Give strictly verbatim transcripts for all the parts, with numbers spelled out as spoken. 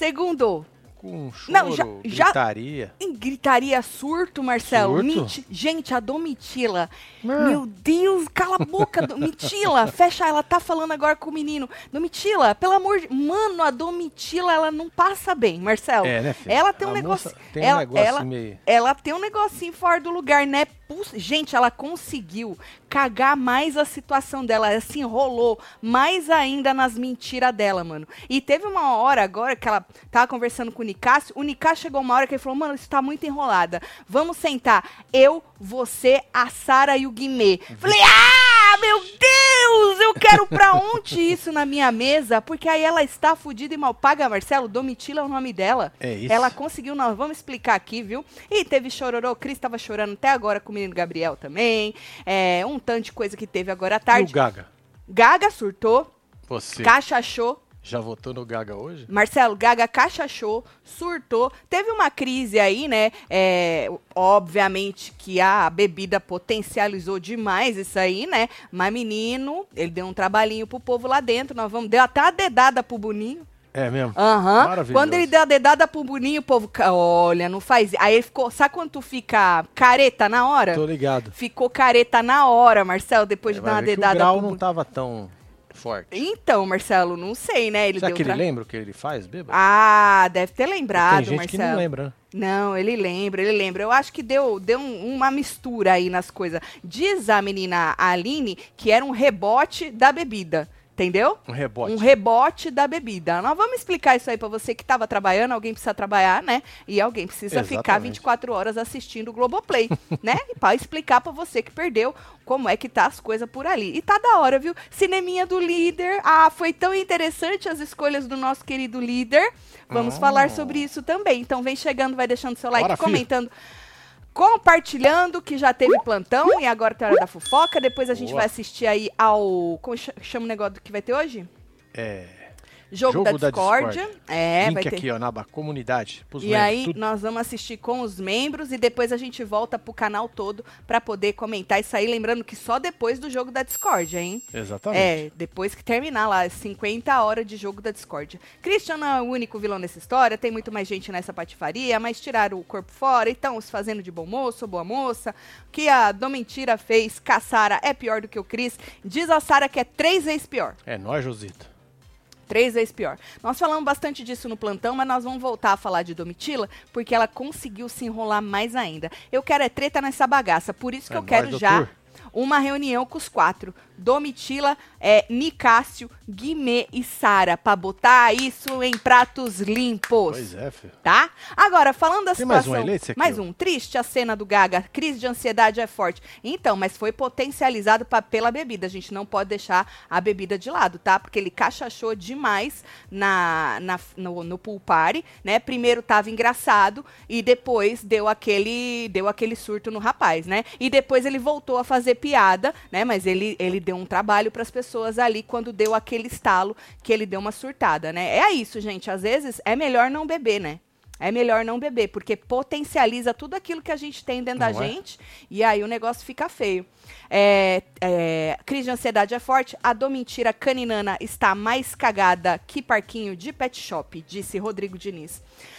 Segundo. Com choro, Não, já, gritaria. Já, em gritaria, surto, Marcelo. Surto? Miti, gente, a Domitila. Ah. Meu Deus, cala a boca, Domitila. Fecha, ela tá falando agora com o menino. Domitila, pelo amor de... Mano, a Domitila, ela não passa bem, Marcelo. É, né, filho? Ela tem um A negócio... moça tem ela, um negócio ela, meio... ela tem um negocinho fora do lugar, né? Gente, ela conseguiu cagar mais a situação dela, ela se enrolou mais ainda nas mentiras dela, mano. E teve uma hora agora que ela tava conversando com o Nicásio, o Nicásio chegou uma hora que ele falou, mano, isso tá muito enrolada, vamos sentar, eu, você, a Sara e o Guimê. Falei, ah, meu Deus, eu quero pra onde isso na minha mesa, porque aí ela está fodida e mal paga, Marcelo, Domitila é o nome dela. É isso. Ela conseguiu, nós vamos explicar aqui, viu? E teve chororô, o Cris tava chorando até agora com o menino Gabriel também, é, um tanto de coisa que teve agora à tarde. E o Gaga? Gaga surtou, Você cachachou. já votou no Gaga hoje? Marcelo, Gaga cachachou, surtou. Teve uma crise aí, né? É, obviamente que a bebida potencializou demais isso aí, né? Mas menino, ele deu um trabalhinho pro povo lá dentro. Nós vamos, deu até a dedada pro Boninho. É mesmo? Aham. Maravilhoso. Quando ele deu a dedada pro Boninho, o povo, olha, não faz isso. Aí ele ficou, sabe quando tu fica careta na hora? Tô ligado. Ficou careta na hora, Marcelo, depois É, de dar uma vai ver que dedada o grau pro não Boninho. tava tão forte. Então, Marcelo, não sei, né? Ele Será deu que ele tra- lembra o que ele faz, bêbado? Ah, deve ter lembrado, Tem gente Marcelo. que não lembra, né? Não, ele lembra, ele lembra. Eu acho que deu, deu um- uma mistura aí nas coisas. Diz a menina Aline que era um rebote da bebida. Entendeu? Um rebote. Um rebote da bebida. Nós vamos explicar isso aí pra você que tava trabalhando, alguém precisa trabalhar, né? E alguém precisa ficar Exatamente. vinte e quatro horas assistindo o Globoplay, né? E pra explicar pra você que perdeu como é que tá as coisas por ali. E tá da hora, viu? Cineminha do líder. Ah, foi tão interessante as escolhas do nosso querido líder. Vamos Oh. falar sobre isso também. Então vem chegando, vai deixando seu like, Bora, filho. comentando. Compartilhando, que já teve plantão e agora tá a hora da fofoca. Depois a gente Boa. vai assistir aí ao... Como ch- chama o negócio que vai ter hoje? É. Jogo, da, Discord. É, Link vai ter. aqui, ó, na aba comunidade. Pros E membros, aí tudo. nós vamos assistir com os membros e depois a gente volta pro canal todo pra poder comentar isso aí. Lembrando que só depois do jogo da Discord, hein? Exatamente. É, depois que terminar lá, cinquenta horas de jogo da Discord. Christian não é o único vilão nessa história, tem muito mais gente nessa patifaria, mas tiraram o corpo fora, então se fazendo de bom moço, boa moça. O que a Domentira fez com a Sara é pior do que o Chris. Diz a Sara que é três vezes pior. É nóis, Josita. Três vezes pior. Nós falamos bastante disso no plantão, mas nós vamos voltar a falar de Domitila, porque ela conseguiu se enrolar mais ainda. Eu quero é treta nessa bagaça, por isso que É eu quero nóis, já doutor. uma reunião com os quatro. Domitila, é, Nicásio, Guimê e Sara, pra botar isso em pratos limpos. Pois é, filho. Tá? Agora, falando da Tem mais situação... um aí, esse aqui, mais ó. um. Triste a cena do Gaga. Crise de ansiedade é forte. Então, mas foi potencializado pra, pela bebida. A gente não pode deixar a bebida de lado, tá? Porque ele cachachou demais na, na, no, no pool party, né? Primeiro tava engraçado e depois deu aquele, deu aquele surto no rapaz, né? E depois ele voltou a fazer piada, né? Mas ele, ele deu um trabalho pras pessoas ali quando deu aquele estalo que ele deu uma surtada, né? É isso, gente. Às vezes é melhor não beber, né? É melhor não beber, porque potencializa tudo aquilo que a gente tem dentro Não da é? gente e aí o negócio fica feio. É, é, crise de ansiedade é forte, a Domentira caninana está mais cagada que parquinho de pet shop, disse Rodrigo Diniz.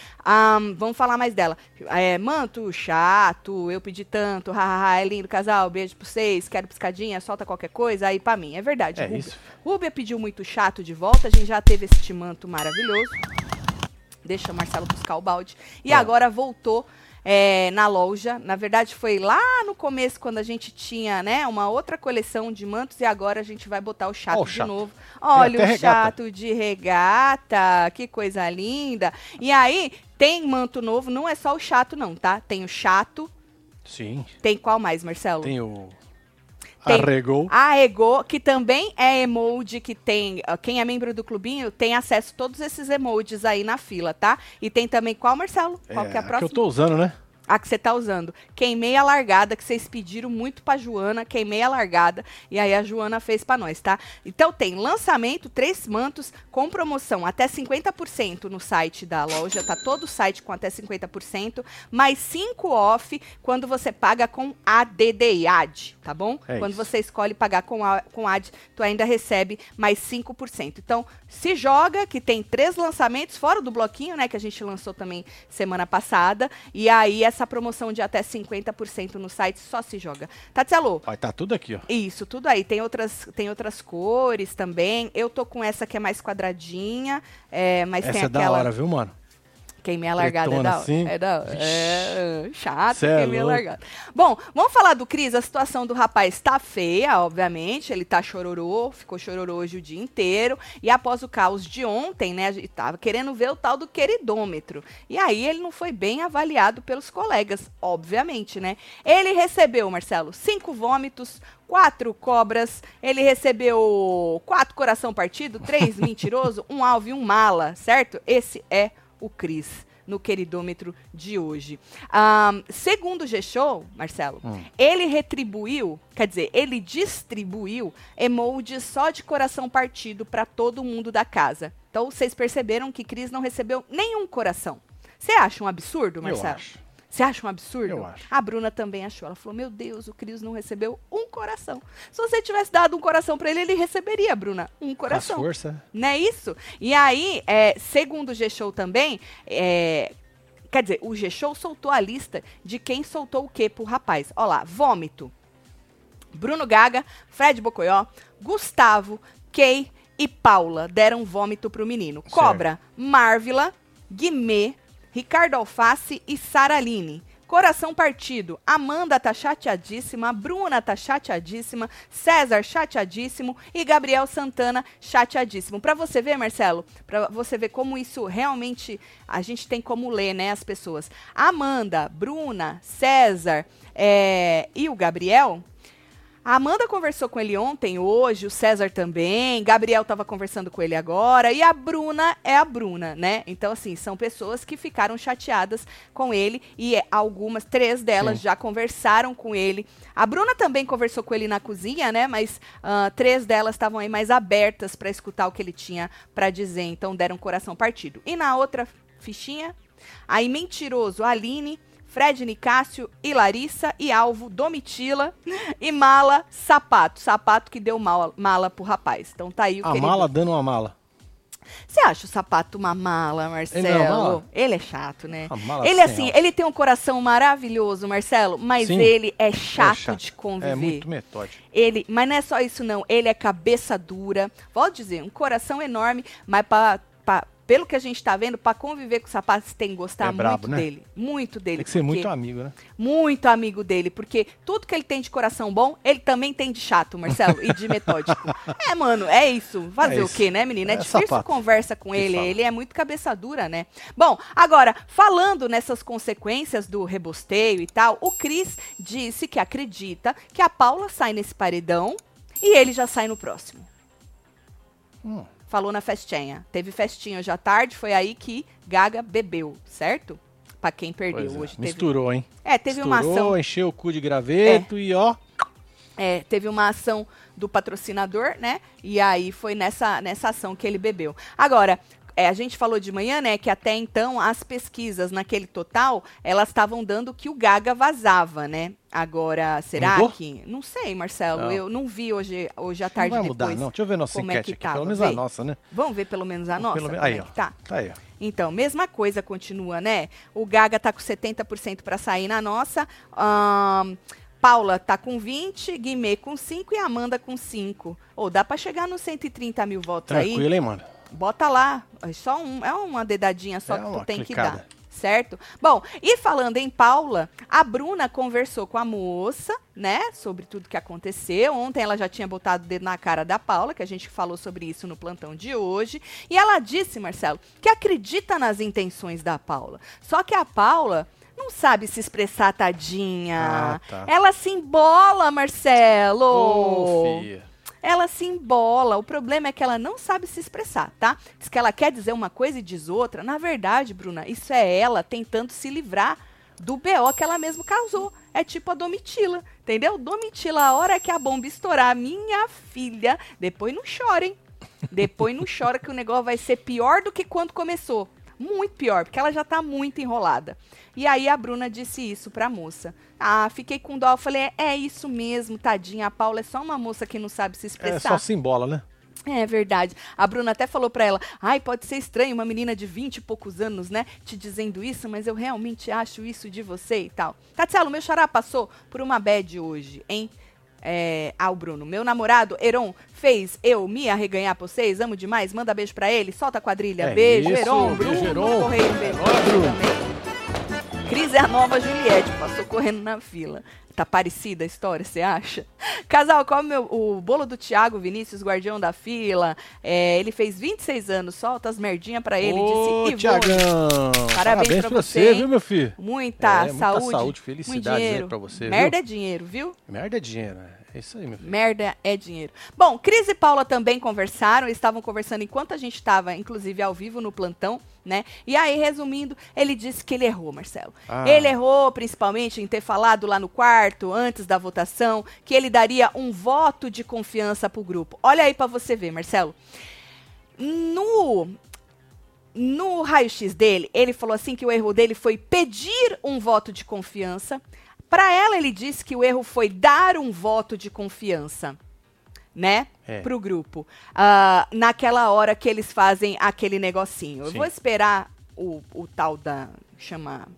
Um, vamos falar mais dela. É, manto, chato, eu pedi tanto, hahaha, é lindo casal, beijo pra vocês, quero piscadinha, solta qualquer coisa, aí pra mim. É verdade. É Rúbia. isso. Rúbia pediu muito chato de volta, a gente já teve este manto maravilhoso. Deixa o Marcelo buscar o balde. E Bom. agora voltou é, na loja. Na verdade, foi lá no começo, quando a gente tinha, né, uma outra coleção de mantos. E agora a gente vai botar o chato Ó o de chato. novo. Olha até o regata. chato de regata. Que coisa linda. E aí, tem manto novo. Não é só o chato, não, tá? Tem o chato. Sim. Tem qual mais, Marcelo? Tem o... Tem Arregou. a Ego, que também é emoji, que tem... ó, quem é membro do clubinho tem acesso a todos esses emojis aí na fila, tá? E tem também qual, Marcelo? Qual que é a que próxima? eu tô usando, né? A que você tá usando. Queimei a largada, que vocês pediram muito pra Joana, queimei a largada, e aí a Joana fez pra nós, tá? Então tem lançamento, três mantos, com promoção até cinquenta por cento no site da loja, tá todo o site com até cinquenta por cento, mais cinco off quando você paga com A D D, A D, tá bom? É quando isso. você escolhe pagar com, a, com A D, tu ainda recebe mais cinco por cento. Então, se joga, que tem três lançamentos, fora do bloquinho, né, que a gente lançou também semana passada, e aí essa promoção de até cinquenta por cento no site só se joga. Tatielo, Vai tá tudo aqui, ó. isso, tudo aí. Tem outras, tem outras cores também. Eu tô com essa que é mais quadradinha, é, mas Essa tem é aquela... da hora, viu, mano? Queimei a largada, é Pretona da hora. assim. É da hora. É, chato, Cê é queimei a louco. largada. Bom, vamos falar do Cris. A situação do rapaz tá feia, obviamente. Ele tá chororô, ficou chororô hoje o dia inteiro. E após o caos de ontem, né, a gente tava querendo ver o tal do queridômetro. E aí ele não foi bem avaliado pelos colegas, obviamente, né? Ele recebeu, Marcelo, cinco vômitos, quatro cobras, ele recebeu quatro coração partido, três mentiroso, um alvo e um mala, certo? Esse é o Cris no queridômetro de hoje. Um, segundo o G-Show, Marcelo, Hum. ele retribuiu, quer dizer, ele distribuiu emojis só de coração partido para todo mundo da casa. Então, vocês perceberam que Cris não recebeu nenhum coração. Você acha um absurdo, Marcelo? Eu acho. Você acha um absurdo? Eu acho. A Bruna também achou. Ela falou, meu Deus, o Cris não recebeu um coração. Se você tivesse dado um coração para ele, ele receberia, Bruna, um Com coração. força. Não é isso? E aí, é, segundo o G-Show também, é, quer dizer, o G-Show soltou a lista de quem soltou o quê pro rapaz. Ó lá, vômito. Bruno Gaga, Fred Bocoió, Gustavo, Kay e Paula deram vômito pro menino. Certo. Cobra, Marvila, Guimê, Ricardo Alface e Saraline. Coração partido. Amanda tá chateadíssima, Bruna tá chateadíssima, César chateadíssimo e Gabriel Santana chateadíssimo. Pra você ver, Marcelo, pra você ver como isso realmente a gente tem como ler, né, as pessoas. Amanda, Bruna, César é, e o Gabriel... A Amanda conversou com ele ontem, hoje, o César também, Gabriel estava conversando com ele agora, e a Bruna é a Bruna, né? Então, assim, são pessoas que ficaram chateadas com ele, e é, algumas, três delas Sim. já conversaram com ele. A Bruna também conversou com ele na cozinha, né? Mas uh, três delas estavam aí mais abertas para escutar o que ele tinha para dizer, então deram coração partido. E na outra fichinha, aí mentiroso, Aline, Fred Nicásio e Larissa, e alvo Domitila, e mala Sapato. Sapato que deu mal, mala pro rapaz. Então tá aí o A querido. mala dando uma mala. Você acha o Sapato uma mala, Marcelo? Ele não é uma mala? Ele é chato, né? A mala Ele sem assim, alça. ele tem um coração maravilhoso, Marcelo, mas Sim. ele é chato, É chato. de conviver. É muito metódico. Ele, mas não é só isso não, ele é cabeça dura. Vou dizer, um coração enorme, mas pra, pra, pelo que a gente tá vendo, pra conviver com o Sapato, você tem que gostar É muito brabo, né? dele. Muito dele. Tem que ser porque- muito amigo, né? muito amigo dele, porque tudo que ele tem de coração bom, ele também tem de chato, Marcelo, e de metódico. É, mano, é isso. Fazer É o isso. quê, né, menina? É, É difícil Sapato. conversa com Que ele, fala. ele é muito cabeça dura, né? Bom, agora, falando nessas consequências do rebosteio e tal, o Cris disse que acredita que a Paula sai nesse paredão e ele já sai no próximo. Hum. Falou na festinha. Teve festinha hoje à tarde, foi aí que Gaga bebeu, certo? Pra quem perdeu Pois é. hoje. Teve... Misturou, hein? É, teve uma Misturou, ação. encheu o cu de graveto e ó. É, teve uma ação do patrocinador, né? E aí foi nessa, nessa ação que ele bebeu. Agora, é, a gente falou de manhã, né, que até então as pesquisas naquele total, elas estavam dando que o Gaga vazava, né? Agora, será Mudou? que... Não sei, Marcelo, Não. eu não vi hoje, hoje à Não tarde vai mudar, depois. não. Deixa eu ver nossa como é enquete que aqui. tava, Pelo menos vê. a nossa, né? Vamos ver pelo menos a nossa? Pelo menos- como aí, é ó. que tá? Tá aí, ó. Então, mesma coisa continua, né? O Gaga tá com setenta por cento para sair na nossa. Ahn, Paula tá com vinte, Guimê com cinco e Amanda com cinco. Ou dá para chegar nos cento e trinta mil votos aí? Tranquilo, hein, mano? Bota lá. É só um, é uma dedadinha só É que tu uma tem clicada. que dar. Certo? Bom, e falando em Paula, a Bruna conversou com a moça, né, sobre tudo que aconteceu. Ontem ela já tinha botado o dedo na cara da Paula, que a gente falou sobre isso no plantão de hoje. E ela disse, Marcelo, que acredita nas intenções da Paula. Só que a Paula não sabe se expressar, tadinha. Ah, tá. Ela se embola, Marcelo. Ô, fia. Ela se embola. O problema é que ela não sabe se expressar, tá? Diz que ela quer dizer uma coisa e diz outra. Na verdade, Bruna, isso é ela tentando se livrar do B O que ela mesmo causou. É tipo a Domitila, entendeu? Domitila, a hora que a bomba estourar, minha filha, depois não chora, hein? Depois não chora que o negócio vai ser pior do que quando começou. Muito pior, porque ela já tá muito enrolada. E aí a Bruna disse isso pra moça. Ah, fiquei com dó. Eu falei, é, é isso mesmo, tadinha. A Paula é só uma moça que não sabe se expressar. É só simbola, né? É verdade. A Bruna até falou pra ela, ai, pode ser estranho uma menina de vinte e poucos anos, né, te dizendo isso, mas eu realmente acho isso de você e tal. Tatielo, meu xará passou por uma bad hoje, hein? É, ah, o Bruno, meu namorado, Heron, fez eu me arreganhar pra vocês, amo demais, manda beijo pra ele, solta a quadrilha, É beijo, isso, Heron, beijo, Bruno, Heron. Correio, beijo pra ele também. Cris é a nova Juliette, passou correndo na fila. Tá parecida a história, você acha? Casal, come meu, o bolo do Thiago Vinícius, guardião da fila. É, ele fez vinte e seis anos, solta as merdinhas pra ele. Ô, disse, Tiagão, parabéns, parabéns pra pra você, você, viu, meu filho? Muita É, saúde. Muita saúde, muito felicidade dinheiro. aí pra você, Merda viu? é dinheiro, viu? Merda é dinheiro, né? É isso aí, meu filho. Merda é dinheiro. Bom, Cris e Paula também conversaram, eles estavam conversando enquanto a gente estava, inclusive, ao vivo no plantão, né? E aí, resumindo, ele disse que ele errou, Marcelo. Ah. Ele errou, principalmente, em ter falado lá no quarto, antes da votação, que ele daria um voto de confiança pro grupo. Olha aí pra você ver, Marcelo. No... No raio-x dele, ele falou assim que o erro dele foi pedir um voto de confiança. Para ela, ele disse que o erro foi dar um voto de confiança, né, É. pro grupo. Uh, naquela hora que eles fazem aquele negocinho. Eu Sim. vou esperar o, o tal da, chama,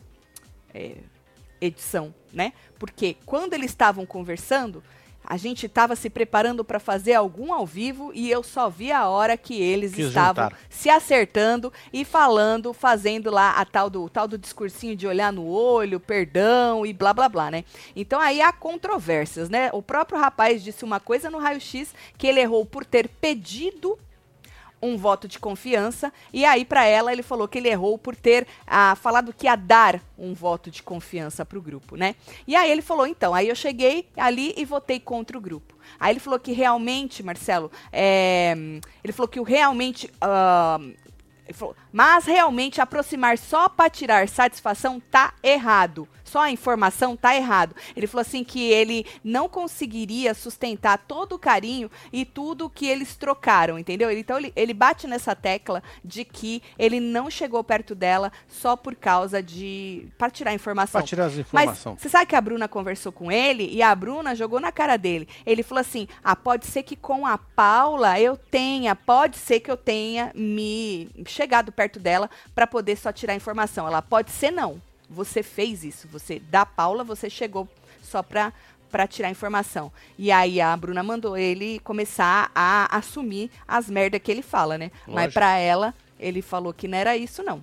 é, edição, né? Porque quando eles estavam conversando, a gente estava se preparando para fazer algum ao vivo e eu só vi a hora que eles Que estavam juntaram. se acertando e falando, fazendo lá a tal do, tal do discursinho de olhar no olho, perdão e blá blá blá, né? Então aí há controvérsias, né? O próprio rapaz disse uma coisa no raio-x que ele errou por ter pedido um voto de confiança, e aí para ela ele falou que ele errou por ter ah, falado que ia dar um voto de confiança pro grupo, né? E aí ele falou, então, aí eu cheguei ali e votei contra o grupo. Aí ele falou que realmente, Marcelo, é, ele falou que o realmente... ah, ele falou, mas realmente aproximar só para tirar satisfação tá errado. Só a informação tá errado. Ele falou assim que ele não conseguiria sustentar todo o carinho e tudo que eles trocaram, entendeu? Então ele, ele bate nessa tecla de que ele não chegou perto dela só por causa de... para tirar informação. Pra tirar as Mas informações. você sabe que a Bruna conversou com ele e a Bruna jogou na cara dele. Ele falou assim, ah, pode ser que com a Paula eu tenha, pode ser que eu tenha me chegado perto dela para poder só tirar informação. Ela, pode ser não. Você fez isso. Você, da Paula, você chegou só para para tirar informação. E aí a Bruna mandou ele começar a assumir as merdas que ele fala, né? Lógico. Mas para ela, ele falou que não era isso, não.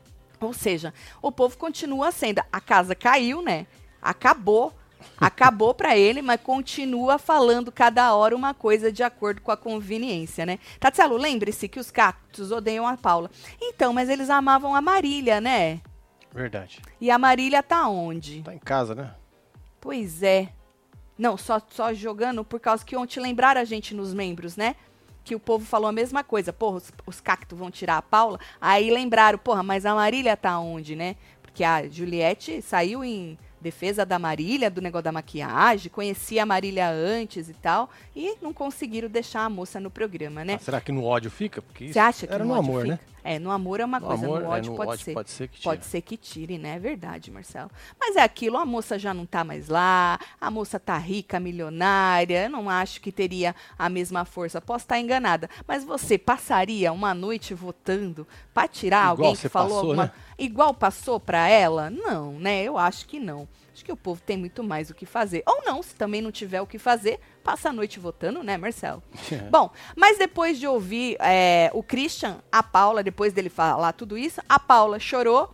Ou seja, o povo continua sendo. A casa caiu, né? Acabou. Acabou pra ele, mas continua falando cada hora uma coisa de acordo com a conveniência, né? Tatielo, lembre-se que os cactos odeiam a Paula. Então, mas eles amavam a Marília, né? Verdade. E a Marília tá onde? Tá em casa, né? Pois é. Não, só, só jogando por causa que ontem lembraram a gente nos membros, né? Que o povo falou a mesma coisa. Porra, os, os cactos vão tirar a Paula. Aí lembraram, porra, mas a Marília tá onde, né? Porque a Juliette saiu em defesa da Marília, do negócio da maquiagem, conhecia a Marília antes e tal, e não conseguiram deixar a moça no programa, né? Ah, será que no ódio fica? Porque isso Você acha que era no, no ódio amor, fica? né? É, no amor é uma No coisa, amor, no é, ódio no pode ódio ser. pode ser que Pode tire. ser que tire, né? É verdade, Marcelo. Mas é aquilo, a moça já não tá mais lá, a moça tá rica, milionária, eu não acho que teria a mesma força. Posso estar enganada, mas você passaria uma noite votando pra tirar Igual alguém que você falou passou, alguma... né? Igual passou pra ela? Não, né? Eu acho que não. Acho que o povo tem muito mais o que fazer. Ou não, se também não tiver o que fazer, passa a noite votando, né, Marcelo? É. Bom, mas depois de ouvir é, o Christian, a Paula, depois dele falar tudo isso, a Paula chorou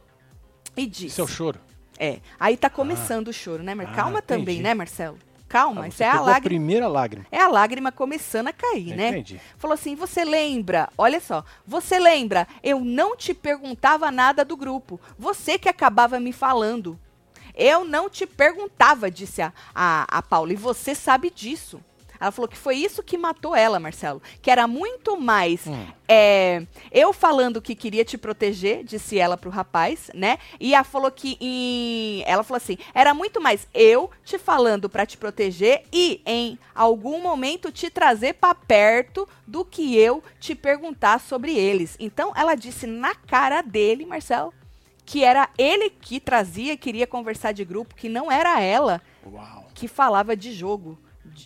e disse... Esse é o choro. É, aí tá começando o choro, né, Mar... Ah, Calma entendi. também, né, Marcelo? Calma, Ah, isso você é a pegou lágrima. primeira lágrima. É a lágrima começando a cair, né? Entendi. Falou assim, você lembra, olha só, você lembra, eu não te perguntava nada do grupo, você que acabava me falando. Eu não te perguntava, disse a, a, a Paula, e você sabe disso. Ela falou que foi isso que matou ela, Marcelo. Que era muito mais Hum. é, eu falando que queria te proteger, disse ela pro rapaz, né? E ela falou que em, ela falou assim, era muito mais eu te falando pra te proteger e em algum momento te trazer pra perto do que eu te perguntar sobre eles. Então ela disse na cara dele, Marcelo, que era ele que trazia, queria conversar de grupo, que não era ela Uau. que falava de jogo.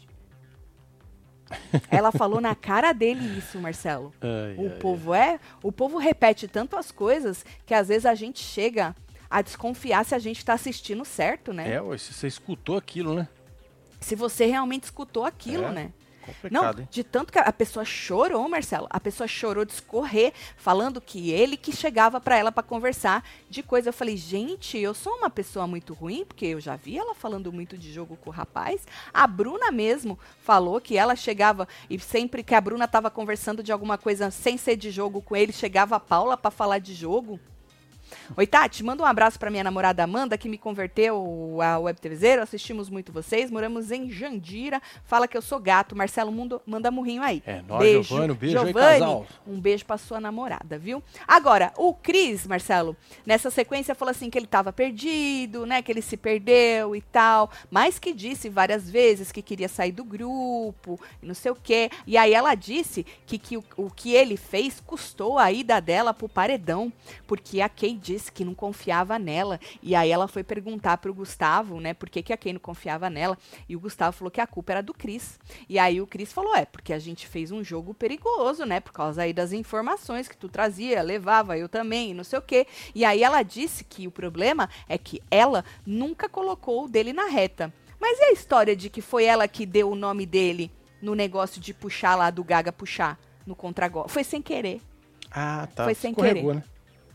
Ela falou na cara dele isso, Marcelo. Ai, o ai, povo é, o povo repete tanto as coisas que às vezes a gente chega a desconfiar se a gente está assistindo certo, né? É, ué, se você escutou aquilo, né? Se você realmente escutou aquilo, É. né? Complicado, Não, hein? de tanto que a pessoa chorou, Marcelo. A pessoa chorou de escorrer, falando que ele que chegava pra ela pra conversar de coisa. Eu falei, gente, eu sou uma pessoa muito ruim, porque eu já vi ela falando muito de jogo com o rapaz. A Bruna mesmo falou que ela chegava e sempre que a Bruna tava conversando de alguma coisa sem ser de jogo com ele, chegava a Paula pra falar de jogo. Oi, Tati, manda um abraço pra minha namorada Amanda, que me converteu a WebTVzeiro, assistimos muito vocês, moramos em Jandira, fala que eu sou gato, Marcelo Mundo, manda murrinho aí. É, nós, beijo, Giovani, um beijo aí, Giovani, casal. um beijo pra sua namorada, viu? Agora, o Cris, Marcelo, nessa sequência falou assim que ele tava perdido, né, que ele se perdeu e tal, mas que disse várias vezes que queria sair do grupo, e não sei o quê, e aí ela disse que, que o, o que ele fez custou a ida dela pro paredão, porque a Kay disse que não confiava nela. E aí ela foi perguntar pro Gustavo, né, por que, que a Kay não confiava nela. E o Gustavo falou que a culpa era do Cris. E aí o Cris falou, é, porque a gente fez um jogo perigoso, né, por causa aí das informações que tu trazia, levava, eu também, não sei o quê. E aí ela disse que o problema é que ela nunca colocou o dele na reta. Mas e a história de que foi ela que deu o nome dele no negócio de puxar lá, do Gaga puxar no contragolpe? Foi sem querer. Ah, tá. Foi sem Escorregou, querer. né?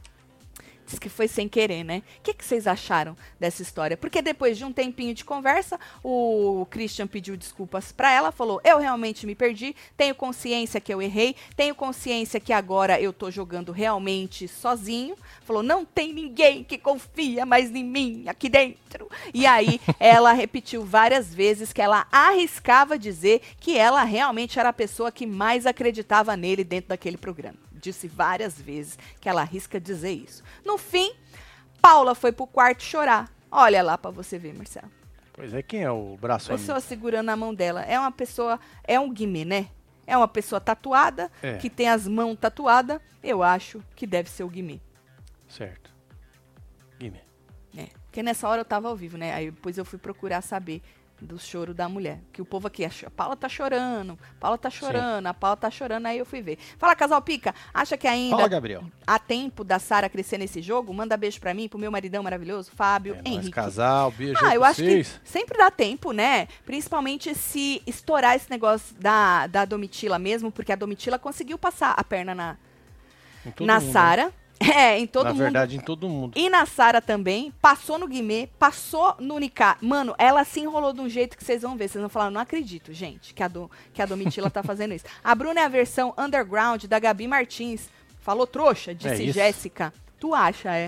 Diz que foi sem querer, né? O que, que vocês acharam dessa história? Porque depois de um tempinho de conversa, o Christian pediu desculpas pra ela, falou, eu realmente me perdi, tenho consciência que eu errei, tenho consciência que agora eu tô jogando realmente sozinho. Falou, não tem ninguém que confia mais em mim aqui dentro. E aí ela repetiu várias vezes que ela arriscava dizer que ela realmente era a pessoa que mais acreditava nele dentro daquele programa. Disse várias vezes que ela arrisca dizer isso. No fim, Paula foi pro quarto chorar. Olha lá pra você ver, Marcelo. Pois é, quem é o braço Pessoa amigo? segurando a mão dela. É uma pessoa, é um Guimê, né? É uma pessoa tatuada, É. que tem as mãos tatuadas. Eu acho que deve ser o Guimê. Certo. Guimê. É. Porque nessa hora eu tava ao vivo, né? Aí depois eu fui procurar saber do choro da mulher. Que o povo aqui, a Paula tá chorando, Paula tá chorando, Sim. a Paula tá chorando, aí eu fui ver. Fala, Casal Pica, acha que ainda Fala, Gabriel. há tempo da Sara crescer nesse jogo? Manda beijo pra mim, pro meu maridão maravilhoso, Fábio, É Henrique. nóis, casal, beijo Ah, aí eu pra acho vocês. que sempre dá tempo, né? Principalmente se estourar esse negócio da, da Domitila mesmo, porque a Domitila conseguiu passar a perna na, Em todo na mundo, né? Sara. É, em todo Na mundo. verdade, em todo mundo. E na Sara também, passou no Guimê, passou no Nicá. Mano, ela se enrolou de um jeito que vocês vão ver. Vocês vão falar, não acredito, gente, que a, do, que a Domitila tá fazendo isso. A Bruna é a versão underground da Gabi Martins. Falou trouxa, disse É Jéssica. Tu acha, é?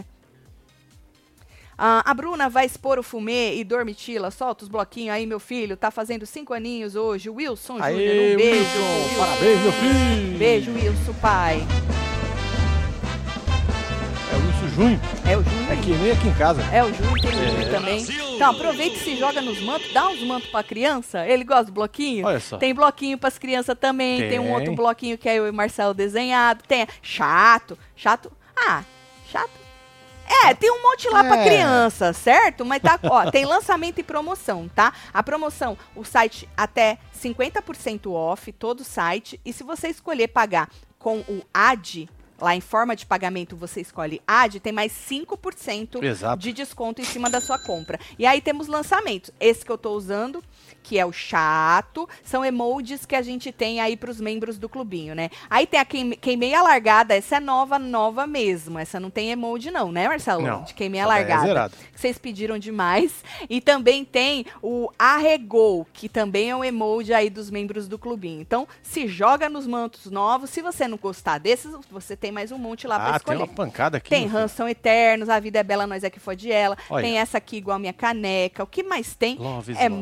Ah, a Bruna vai expor o Fumê e Dormitila. Solta os bloquinhos aí, meu filho. Tá fazendo cinco aninhos hoje. Wilson Júnior, Aê, um beijo. Wilson, Wilson. parabéns, meu filho. Beijo, Wilson, pai. É o Wilson Junho. É o Júnior. É que nem aqui em casa. É, o Júnior tem o É. Júnior também. Então, aproveita e se joga nos mantos, dá uns mantos pra criança. Ele gosta do bloquinho? Olha só. Tem bloquinho pras crianças também, tem. Tem. um outro bloquinho que é eu e Marcelo desenhado. Tem chato, chato. Ah, chato. É, tem um monte lá pra É. criança, certo? Mas tá, ó, tem lançamento e promoção, tá? A promoção, o site até cinquenta por cento off, todo o site. E se você escolher pagar com o A D, lá em forma de pagamento você escolhe A D, tem mais cinco por cento Exato. de desconto em cima da sua compra. E aí temos lançamentos. Esse que eu tô usando, que é o chato, são emojis que a gente tem aí pros membros do clubinho, né? Aí tem a queime, queimei a largada, essa é nova, nova mesmo. Essa não tem emoji não, né, Marcelo? Não, De queimei a essa daí é largada. zerado. Que vocês pediram demais. E também tem o arregou, que também é um emoji aí dos membros do clubinho. Então, se joga nos mantos novos. Se você não gostar desses, você tem mais um monte lá pra Ah, tem escolher. uma pancada aqui. Tem meu filho. Rãs São Eternos, A Vida é Bela, Nós é que Fode Ela. Olha. Tem essa aqui igual a minha caneca. O que mais tem Love is é love. manto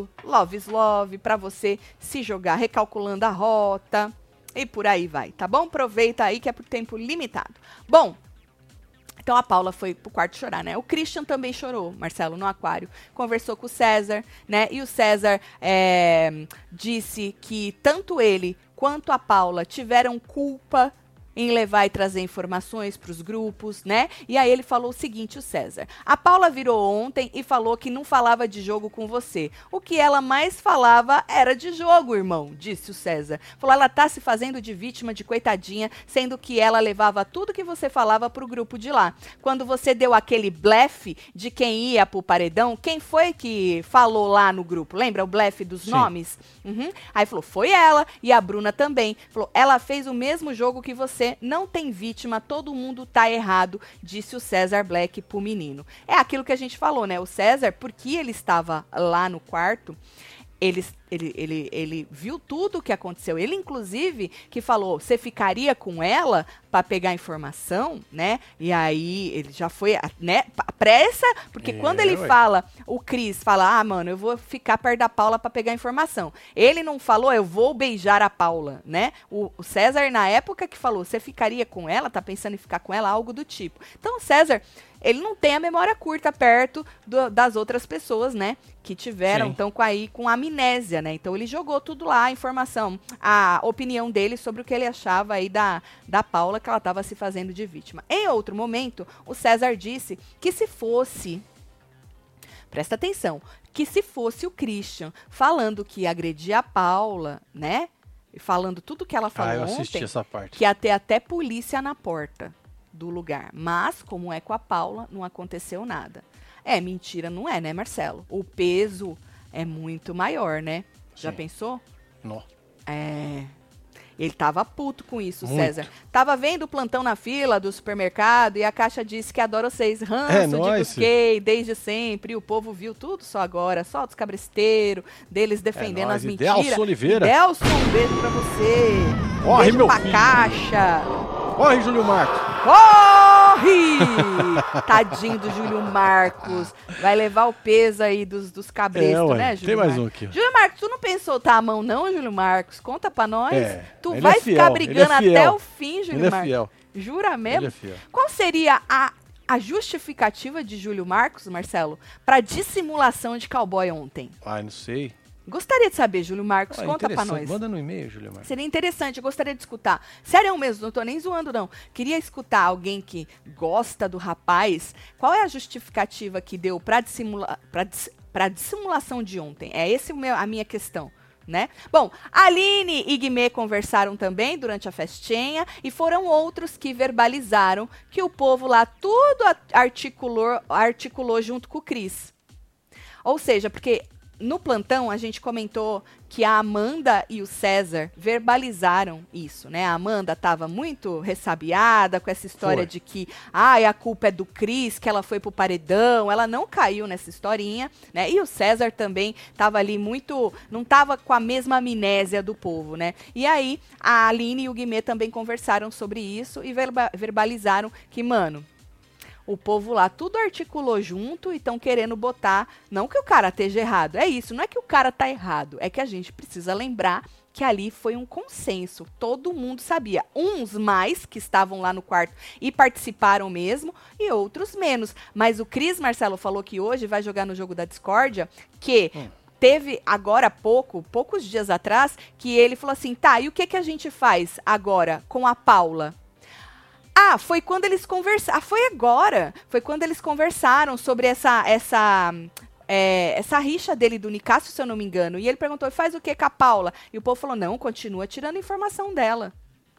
modo love is love, para você se jogar recalculando a rota e por aí vai, tá bom? Aproveita aí que é por tempo limitado. Bom, então a Paula foi pro quarto chorar, né? O Christian também chorou, Marcelo, no aquário. Conversou com o César, né? E o César é, disse que tanto ele quanto a Paula tiveram culpa em levar e trazer informações para os grupos, né? E aí ele falou o seguinte, o César. A Paula virou ontem e falou que não falava de jogo com você. O que ela mais falava era de jogo, irmão, disse o César. Falou, ela tá se fazendo de vítima, de coitadinha, sendo que ela levava tudo que você falava pro grupo de lá. Quando você deu aquele blefe de quem ia pro paredão, quem foi que falou lá no grupo? Lembra o blefe dos Sim. nomes? Uhum. Aí falou, foi ela e a Bruna também. Falou, ela fez o mesmo jogo que você. Não tem vítima, todo mundo tá errado, disse o César Black pro menino. É aquilo que a gente falou, né? O César, porque ele estava lá no quarto, ele, ele, ele, ele viu tudo o que aconteceu. Ele, inclusive, que falou, você ficaria com ela para pegar informação, né? E aí, ele já foi, né? Pressa, porque é, quando ele ué. fala, o Cris fala, ah, mano, eu vou ficar perto da Paula para pegar informação. Ele não falou, eu vou beijar a Paula, né? O, o César, na época que falou, você ficaria com ela, tá pensando em ficar com ela, algo do tipo. Então, o César, ele não tem a memória curta perto do, das outras pessoas, né? Que tiveram, Sim. então, com, aí, com amnésia, né? Então, ele jogou tudo lá, a informação, a opinião dele sobre o que ele achava aí da, da Paula, que ela estava se fazendo de vítima. Em outro momento, o César disse que se fosse, presta atenção, que se fosse o Christian falando que ia agredir a Paula, né? Falando tudo que ela falou ah, eu assisti ontem, essa parte. que ia ter até polícia na porta do lugar. Mas, como é com a Paula, não aconteceu nada. É, mentira não é, né, Marcelo? O peso é muito maior, né? Sim. Já pensou? Não. É... Ele tava puto com isso, Muito. César. Tava vendo o plantão na fila do supermercado e a Caixa disse que adora vocês. Ranço é, de busquei desde sempre. E o povo viu tudo só agora. Só dos cabresteiros, deles defendendo é as mentiras. Delson Oliveira. Delson, um beijo pra você. Um Corre, beijo meu pra filho. Caixa. Corre, Júlio Marcos. Corre! Tadinho do Júlio Marcos. Vai levar o peso aí dos, dos cabrestos, é, né, Júlio Tem mais Marcos? um aqui. Júlio Marcos, tu não pensou tá a mão não, Júlio Marcos? Conta pra nós. É, tu ele vai é fiel, ficar brigando ele é até fiel. o fim, Júlio Ele é Marcos? fiel. Jura mesmo? Ele é fiel. Qual seria a, a justificativa de Júlio Marcos, Marcelo, pra dissimulação de cowboy ontem? Ai, não sei. Gostaria de saber, Júlio Marcos, Ah, conta pra nós. Manda no e-mail, Júlio Marcos. Seria interessante, eu gostaria de escutar. Sério mesmo, não tô nem zoando, não. Queria escutar alguém que gosta do rapaz. Qual é a justificativa que deu pra, dissimula pra, dis pra dissimulação de ontem? É essa a minha questão. Né? Bom, Aline e Guimê conversaram também durante a festinha e foram outros que verbalizaram que o povo lá tudo articulou, articulou junto com o Cris. Ou seja, porque no plantão a gente comentou que a Amanda e o César verbalizaram isso, né? A Amanda estava muito ressabiada com essa história foi. de que ai, a culpa é do Cris, que ela foi pro paredão, ela não caiu nessa historinha, né? E o César também estava ali muito, não estava com a mesma amnésia do povo, né? E aí a Aline e o Guimê também conversaram sobre isso e verba verbalizaram que, mano, o povo lá tudo articulou junto e estão querendo botar, não que o cara esteja errado, é isso, não é que o cara tá errado, é que a gente precisa lembrar que ali foi um consenso, todo mundo sabia, uns mais que estavam lá no quarto e participaram mesmo, e outros menos, mas o Cris, Marcelo, falou que hoje vai jogar no jogo da discórdia, que... Hum. Teve agora há pouco, poucos dias atrás, que ele falou assim, tá, e o que, que a gente faz agora com a Paula? Ah, foi quando eles conversaram, ah, foi agora, foi quando eles conversaram sobre essa, essa, é, essa rixa dele do Nicásio, se eu não me engano, e ele perguntou, faz o que com a Paula? E o povo falou, não, continua tirando informação dela,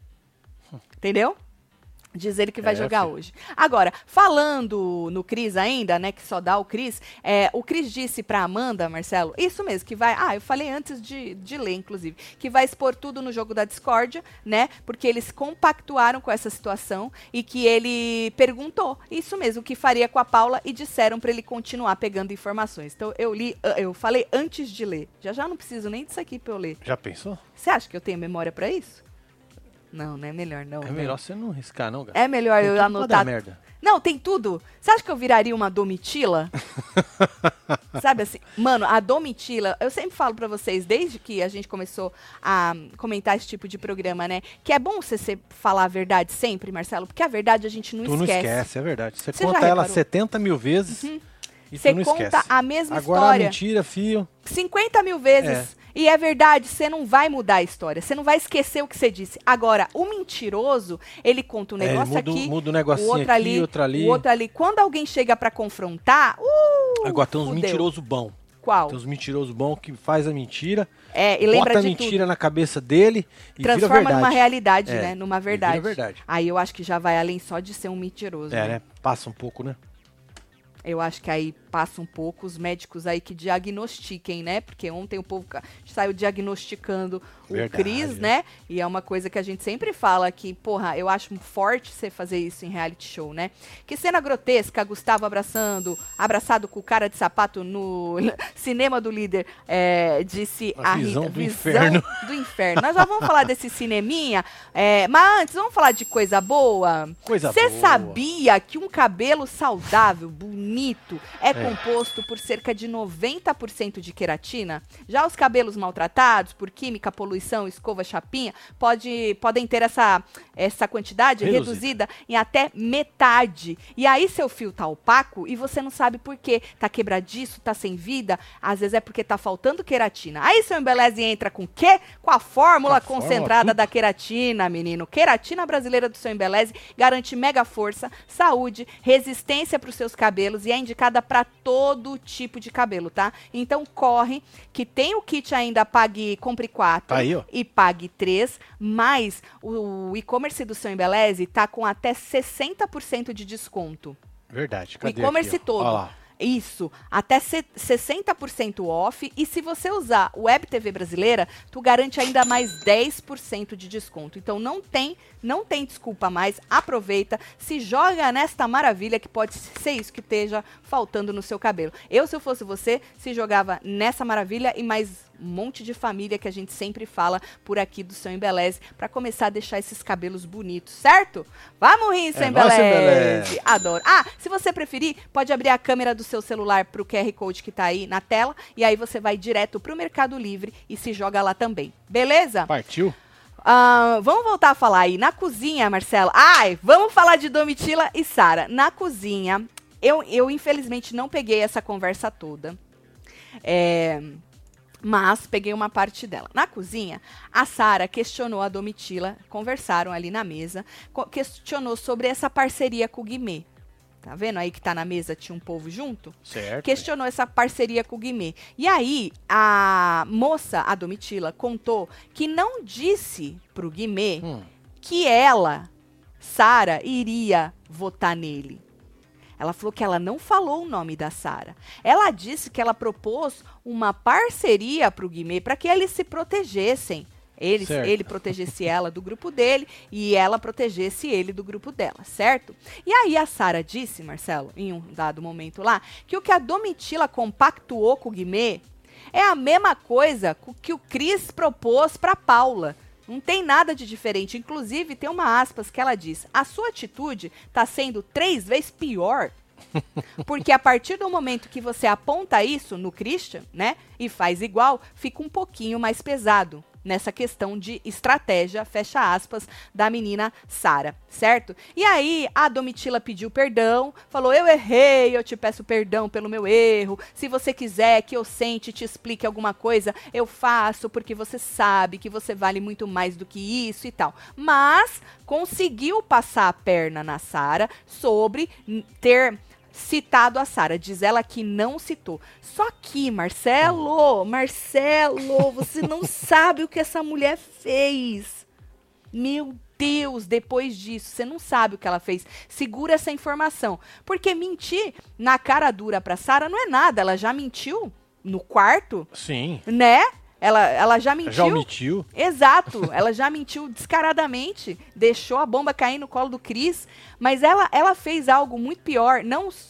entendeu? Diz ele que vai é, jogar filho. hoje. Agora, falando no Cris ainda, né, que só dá o Cris, é, o Cris disse pra Amanda, Marcelo, isso mesmo, que vai, ah, eu falei antes de, de ler, inclusive, que vai expor tudo no jogo da discórdia, né, porque eles compactuaram com essa situação e que ele perguntou, isso mesmo, o que faria com a Paula e disseram pra ele continuar pegando informações. Então, eu li, eu falei antes de ler, já já não preciso nem disso aqui pra eu ler. Já pensou? Você acha que eu tenho memória pra isso? Não, não é melhor não. É né? melhor você não riscar, não, Gá. É melhor Tem eu tudo pra anotar. dar merda. Não, tem tudo. Você acha que eu viraria uma Domitila? Sabe assim? Mano, a Domitila, eu sempre falo pra vocês, desde que a gente começou a comentar esse tipo de programa, né? Que é bom você ser, falar a verdade sempre, Marcelo, porque a verdade a gente não Tu não esquece. esquece, é verdade. Você, Você já conta ela reparou? setenta mil vezes Uhum. e Você tu não conta esquece. a mesma Agora história a mentira, fio. cinquenta mil vezes. E é verdade, você não vai mudar a história. Você não vai esquecer o que você disse. Agora, o mentiroso, ele conta um É, ele negócio muda, aqui, muda um o negocinho outro aqui, ali, outro ali. o outro ali. Quando alguém chega pra confrontar, uh, Agora tem uns fudeu. mentirosos bons. Qual? Tem uns mentirosos bons que faz a mentira, É, e lembra bota a de mentira tudo. na cabeça dele e vira Transforma verdade. numa realidade, É, né? Numa e vira verdade. verdade. Aí eu acho que já vai além só de ser um mentiroso. É, né? né? Passa um pouco, né? Eu acho que aí passa um pouco os médicos aí que diagnostiquem, né? Porque ontem o povo ca- saiu diagnosticando Verdade, o Cris, né? E é uma coisa que a gente sempre fala que, porra, eu acho forte você fazer isso em reality show, né? Que cena grotesca, Gustavo abraçando, abraçado com o cara de sapato no cinema do líder, é, disse A ri- visão do inferno. do inferno. Nós já vamos falar desse cineminha, é, mas antes vamos falar de coisa boa. Coisa Você boa. sabia que um cabelo saudável, bonito, é, composto por cerca de noventa por cento de queratina? Já os cabelos maltratados por química, poluição, escova, chapinha, pode, podem ter essa, essa quantidade Reduzida. reduzida em até metade. E aí seu fio tá opaco e você não sabe por quê. Tá quebradiço, tá sem vida, às vezes é porque tá faltando queratina. Aí seu Embeleze entra com o quê? Com a fórmula Com a concentrada fórmula, da queratina, menino. Queratina brasileira do seu Embeleze garante mega força, saúde, resistência para os seus cabelos e é indicada para todo tipo de cabelo, tá? Então corre, que tem o kit ainda Pague Compre quatro Aí, ó. e Pague três, mas o, o e-commerce do seu Embeleze tá com até sessenta por cento de desconto. Verdade. O Cadê e-commerce aqui, ó? todo. Olha lá. Isso, até se- sessenta por cento off. E se você usar o Web T V Brasileira, tu garante ainda mais dez por cento de desconto. Então não tem, não tem desculpa mais. Aproveita, se joga nesta maravilha que pode ser isso que esteja faltando no seu cabelo. Eu, se eu fosse você, se jogava nessa maravilha e mais um monte de família que a gente sempre fala por aqui do seu Embeleze, para começar a deixar esses cabelos bonitos, certo? Vamos rir, seu É nóis, Embeleze! Embeleze. Adoro. Ah, se você preferir, pode abrir a câmera do seu celular pro Q R Code que tá aí na tela e aí você vai direto pro Mercado Livre e se joga lá também. Beleza? Partiu? Ah, vamos voltar a falar aí. Na cozinha, Marcelo. Ai, vamos falar de Domitila e Sara. Na cozinha, eu, eu infelizmente não peguei essa conversa toda. É... Mas peguei uma parte dela. Na cozinha, a Sara questionou a Domitila, conversaram ali na mesa, co- questionou sobre essa parceria com o Guimê. Tá vendo aí que tá na mesa, tinha um povo junto? Certo. Questionou essa parceria com o Guimê. E aí, a moça, a Domitila, contou que não disse pro Guimê Hum. que ela, Sara, iria votar nele. Ela falou que ela não falou o nome da Sara. Ela disse que ela propôs uma parceria para o Guimê para que eles se protegessem. Ele, Certo. ele protegesse ela do grupo dele e ela protegesse ele do grupo dela, certo? E aí a Sara disse, Marcelo, em um dado momento lá, que o que a Domitila compactuou com o Guimê é a mesma coisa que o Cris propôs para Paula. Não tem nada de diferente. Inclusive, tem uma aspas que ela diz: a sua atitude está sendo três vezes pior. Porque a partir do momento que você aponta isso no Christian, né, e faz igual, fica um pouquinho mais pesado nessa questão de estratégia, fecha aspas, da menina Sara, certo? E aí a Domitila pediu perdão, falou: eu errei, eu te peço perdão pelo meu erro, se você quiser que eu sente e te explique alguma coisa, eu faço, porque você sabe que você vale muito mais do que isso e tal. Mas conseguiu passar a perna na Sara sobre n- ter citado a Sara. Diz ela que não citou. Só que, Marcelo, Marcelo, você não sabe o que essa mulher fez. Meu Deus, depois disso, você não sabe o que ela fez. Segura essa informação. Porque mentir na cara dura pra Sara não é nada. Ela já mentiu no quarto, Sim. né? Ela, ela já mentiu. Já omitiu. Exato, ela já mentiu descaradamente, deixou a bomba cair no colo do Cris, mas ela, ela fez algo muito pior, não, s-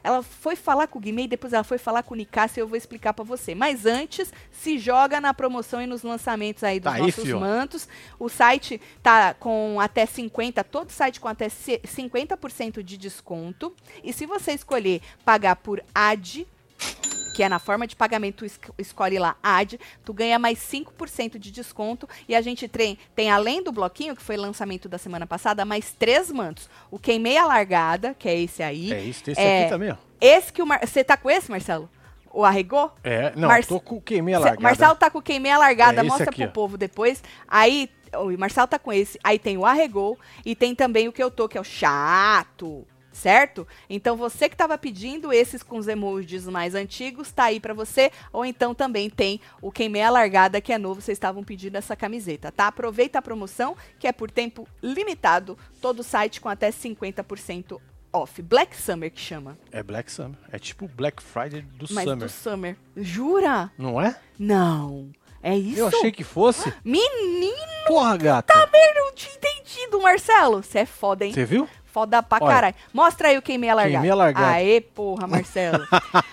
ela foi falar com o Guimê e depois ela foi falar com o Nicásio e eu vou explicar pra você. Mas antes, se joga na promoção e nos lançamentos aí dos Tá aí, nossos fio. mantos. O site tá com até cinquenta, todo site com até cinquenta por cento de desconto. E se você escolher pagar por A D, que é na forma de pagamento, es escolhe lá A D, tu ganha mais cinco por cento de desconto. E a gente tem, tem, além do bloquinho, que foi lançamento da semana passada, mais três mantos. O Queimei a Largada, que é esse aí. É isso, esse É, aqui também, ó. Esse que o Mar... Você tá com esse, Marcelo? O Arregou? É, não, Mar- tô com queimei a Cê- largada. Marcelo tá com o Queimei a Largada, É esse mostra aqui, pro ó. povo depois. Aí, o Marcelo tá com esse. Aí tem o Arregou e tem também o que eu tô, que é o Chato. Certo? Então você que estava pedindo esses com os emojis mais antigos, tá aí para você. Ou então também tem o Queimei a Largada, que é novo, vocês estavam pedindo essa camiseta, tá? Aproveita a promoção, que é por tempo limitado, todo o site com até cinquenta por cento off. Black Summer que chama. É Black Summer. É tipo Black Friday do Mas Summer. do Summer. Jura? Não é? Não. É isso? Eu achei que fosse. Menino, Porra, gata. eu não tinha entendido, Marcelo. Você é foda, hein? Você viu? Foda pra Olha. caralho. Mostra aí o Queimei a Largada. Queimei a Largada. Aê, porra, Marcelo.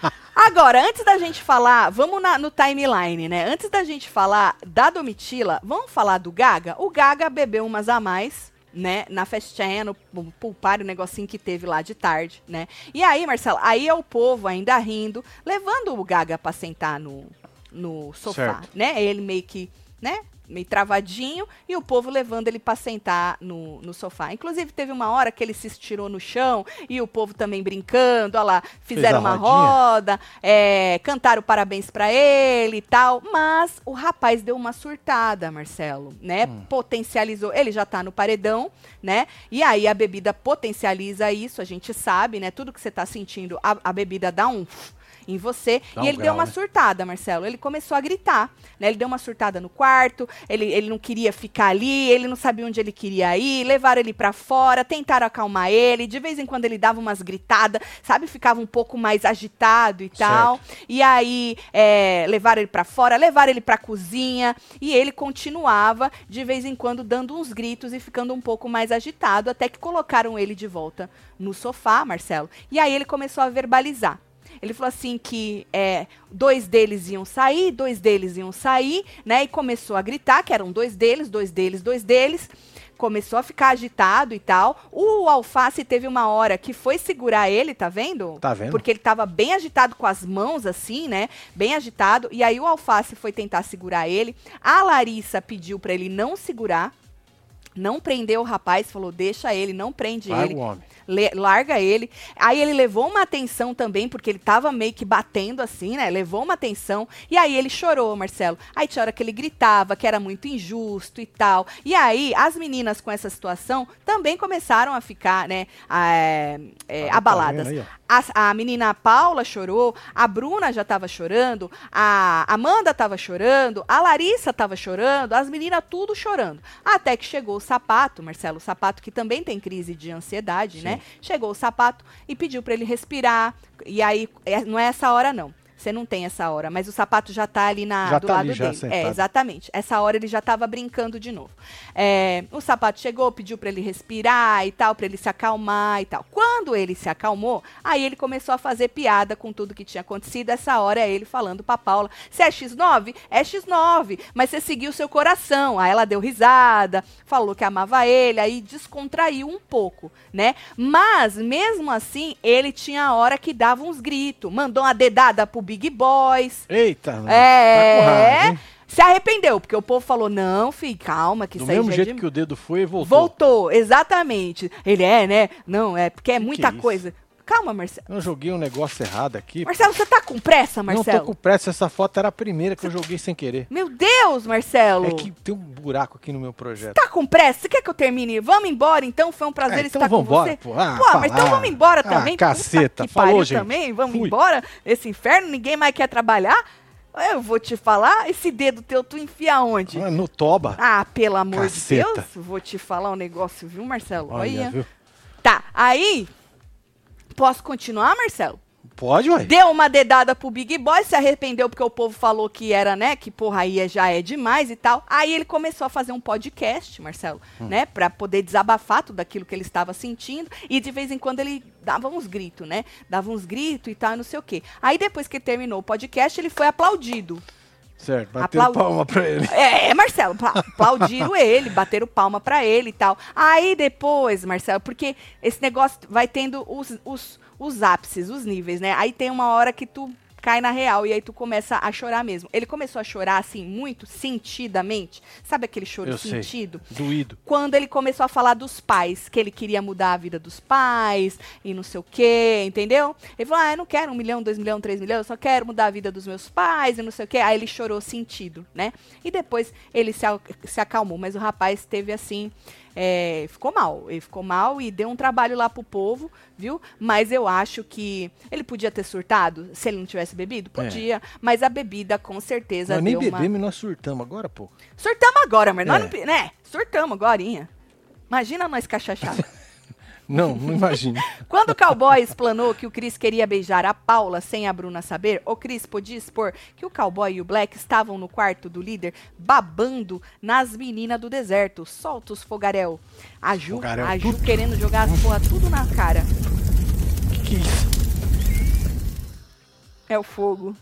Agora, antes da gente falar, vamos na- no timeline, né? Antes da gente falar da Domitila, vamos falar do Gaga? O Gaga bebeu umas a mais, né? Na festinha, no pool party, o negocinho que teve lá de tarde, né? E aí, Marcelo, aí é o povo ainda rindo, levando o Gaga pra sentar no, no sofá, Certo. né? Ele meio que, né? Meio travadinho, e o povo levando ele pra sentar no, no sofá. Inclusive, teve uma hora que ele se estirou no chão, e o povo também brincando, ó lá, fizeram Fez a uma rodinha. roda, é, cantaram parabéns pra ele e tal, mas o rapaz deu uma surtada, Marcelo, né? Hum. Potencializou, ele já tá no paredão, né? E aí a bebida potencializa isso, a gente sabe, né? Tudo que você tá sentindo, a, a bebida dá um... em você, Dá e um ele deu grau, uma né? surtada, Marcelo, ele começou a gritar, né, ele deu uma surtada no quarto, ele, ele não queria ficar ali, ele não sabia onde ele queria ir, levaram ele pra fora, tentaram acalmar ele, de vez em quando ele dava umas gritadas, sabe, ficava um pouco mais agitado e tal, e aí é, levaram ele pra fora, levaram ele pra cozinha, e ele continuava, de vez em quando, dando uns gritos e ficando um pouco mais agitado, até que colocaram ele de volta no sofá, Marcelo, e aí ele começou a verbalizar. Ele falou assim que é, dois deles iam sair, dois deles iam sair, né? E começou a gritar que eram dois deles, dois deles, dois deles. Começou a ficar agitado e tal. O Alface teve uma hora que foi segurar ele, tá vendo? Tá vendo? Porque ele tava bem agitado com as mãos, assim, né? Bem agitado. E aí o Alface foi tentar segurar ele. A Larissa pediu pra ele não segurar. Não prendeu o rapaz, falou, deixa ele, não prende Larga ele. o homem. Le- larga ele. Aí ele levou uma atenção também, porque ele tava meio que batendo assim, né? Levou uma atenção. E aí ele chorou, Marcelo. Aí tinha hora que ele gritava que era muito injusto e tal. E aí as meninas com essa situação também começaram a ficar, né? É, é, Aí, tá abaladas. vendo aí, ó? A, a menina Paula chorou, a Bruna já tava chorando, a Amanda tava chorando, a Larissa tava chorando, as meninas tudo chorando. Até que chegou o Sapato, Marcelo, o Sapato que também tem crise de ansiedade, Sim. né? Chegou o Sapato e pediu pra ele respirar. E aí, é- não é essa hora não. Você não tem essa hora, mas o Sapato já tá ali na, Já do tá lado ali, já dele. sentado. É, exatamente. Essa hora ele já tava brincando de novo. É, o Sapato chegou, pediu pra ele respirar e tal, pra ele se acalmar e tal. Quando ele se acalmou, aí ele começou a fazer piada com tudo que tinha acontecido. Essa hora é ele falando pra Paula, você é xis nove? É xis nove, mas você seguiu seu coração. Aí ela deu risada, falou que amava ele, aí descontraiu um pouco, né? Mas, mesmo assim, ele tinha a hora que dava uns gritos, mandou uma dedada pro Big Boys. Eita, mano. É, Tá com raiva, hein? se arrependeu, porque o povo falou, não, filho, calma, que Do isso aí mesmo já é jeito de- que o dedo foi e voltou. Voltou, exatamente. Ele é, né? Não, é porque é Que muita que é isso? coisa. Calma, Marcelo. Eu joguei um negócio errado aqui. Marcelo, você tá com pressa, Não Marcelo? tô com pressa, essa foto era a primeira que eu joguei sem querer. Meu Deus, Marcelo. É que tem um buraco aqui no meu projeto. Tá com pressa? Você quer que eu termine? Vamos embora, então? Foi um prazer É, então estar com vambora, você. pô. Ah, Pô, mas então falar. vamos embora Ah, também. caceta. Puta que Falou, pariu gente. também. Vamos Fui. embora. Esse inferno, ninguém mais quer trabalhar. Eu vou te falar, esse dedo teu, tu enfia onde? Ah, no toba. Ah, pelo amor Caceta. de Deus, vou te falar um negócio, viu, Marcelo? Olha, Olha. viu? Tá, aí, posso continuar, Marcelo? Pode, ué. Deu uma dedada pro Big Boy, se arrependeu porque o povo falou que era, né, que porra aí já é demais e tal. Aí ele começou a fazer um podcast, Marcelo, hum. né, pra poder desabafar tudo aquilo que ele estava sentindo. E de vez em quando ele dava uns gritos, né, dava uns gritos e tal, não sei o quê. Aí depois que ele terminou o podcast, ele foi aplaudido. Certo, bateram Aplaud... palma pra ele. É, Marcelo, aplaudiram ele, bateram palma pra ele e tal. Aí depois, Marcelo, porque esse negócio vai tendo os, os, os ápices, os níveis, né? Aí tem uma hora que tu cai na real e aí tu começa a chorar mesmo. Ele começou a chorar, assim, muito sentidamente. Sabe aquele choro Eu sentido? Sei. Doído. Quando ele começou a falar dos pais, que ele queria mudar a vida dos pais e não sei o quê, entendeu? Ele falou, ah, eu não quero um milhão, dois milhões, três milhões, eu só quero mudar a vida dos meus pais e não sei o quê. Aí ele chorou sentido, né? E depois ele se, se acalmou, mas o rapaz teve, assim... É, ficou mal, ele ficou mal e deu um trabalho lá pro povo, viu? Mas eu acho que ele podia ter surtado se ele não tivesse bebido? Podia, é. Mas a bebida com certeza nós deu nem uma... bebemos e nós surtamos agora, pô. Surtamos agora, mas é. nós não... Né? Surtamos agorinha. Imagina nós cachachados. Não, não imagino. Quando o cowboy explanou que o Chris queria beijar a Paula sem a Bruna saber, o Chris podia expor que o cowboy e o Black estavam no quarto do líder babando nas meninas do deserto. Solta os fogarel. A Ju, fogarel. A Ju querendo jogar as porra tudo na cara. Que que é isso? É o fogo.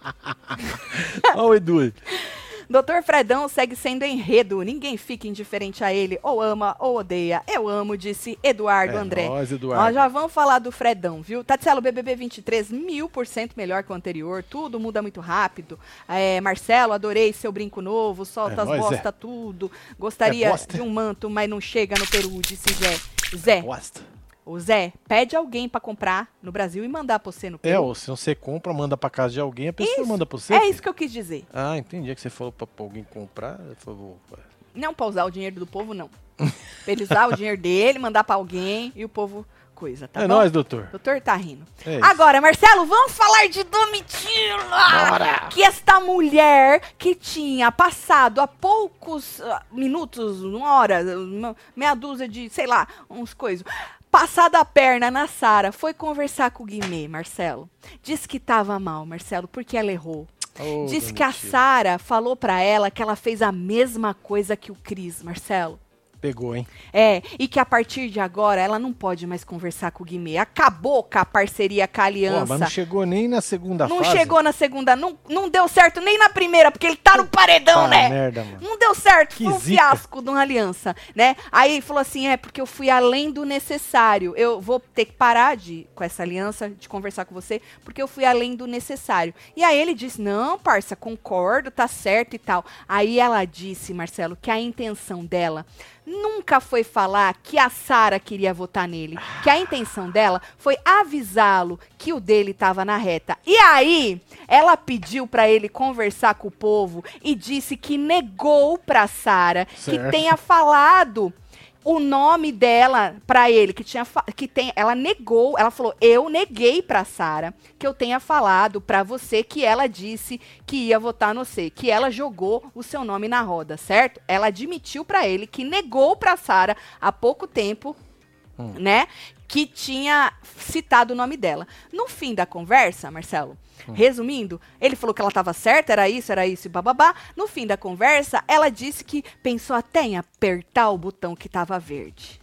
Olha o Edu. doutor Fredão segue sendo enredo, ninguém fica indiferente a ele, ou ama ou odeia. Eu amo, disse Eduardo é André. Nós, Eduardo. Nós já vamos falar do Fredão, viu? Tatselo, B B B vinte e três, mil por cento melhor que o anterior, tudo muda muito rápido. É, Marcelo, adorei seu brinco novo, solta é as nóis, bosta é. tudo. Gostaria é de um manto, mas não chega no Peru, disse Zé. Zé, Bosta. o Zé, pede alguém pra comprar no Brasil e mandar pra você no Peru. É, ou se você compra, manda pra casa de alguém, a pessoa isso, manda pra você. É filho. isso que eu quis dizer. Ah, entendi. É que você falou pra alguém comprar. Por favor. Não pra usar o dinheiro do povo, não. Pra ele usar o dinheiro dele, mandar pra alguém e o povo coisa, tá é bom? nóis, doutor. Doutor tá rindo. É Agora, Marcelo, vamos falar de Domitila! Bora! Que esta mulher que tinha passado há poucos uh, minutos, uma hora, uma, meia dúzia de, sei lá, uns coisas... Passada a perna na Sara, foi conversar com o Guimê, Marcelo. Disse que tava mal, Marcelo, porque ela errou. Oh, Disse que a Sara falou pra ela que ela fez a mesma coisa que o Cris, Marcelo. Pegou, hein? É, e que a partir de agora ela não pode mais conversar com o Guimê. Acabou com a parceria, com a aliança. Pô, mas não chegou nem na segunda não fase. Não chegou na segunda, não, não deu certo nem na primeira, porque ele tá no paredão, ah, né? merda, mano. Não deu certo, Que foi um zica. fiasco de uma aliança, né? Aí ele falou assim, é porque eu fui além do necessário. Eu vou ter que parar de, com essa aliança, de conversar com você, porque eu fui além do necessário. E aí ele disse, não, parça, concordo, tá certo e tal. Aí ela disse, Marcelo, que a intenção dela nunca foi falar que a Sara queria votar nele, que a intenção dela foi avisá-lo que o dele estava na reta. E aí, ela pediu para ele conversar com o povo e disse que negou para Sara que tenha falado o nome dela pra ele, que tinha que tem, ela negou, ela falou: "Eu neguei pra Sara que eu tenha falado pra você que ela disse que ia votar no você, que ela jogou o seu nome na roda", certo? Ela admitiu pra ele que negou pra Sara há pouco tempo, hum. né, que tinha citado o nome dela. No fim da conversa, Marcelo, hum. resumindo, ele falou que ela estava certa, era isso, era isso e bababá. No fim da conversa, ela disse que pensou até em apertar o botão que estava verde.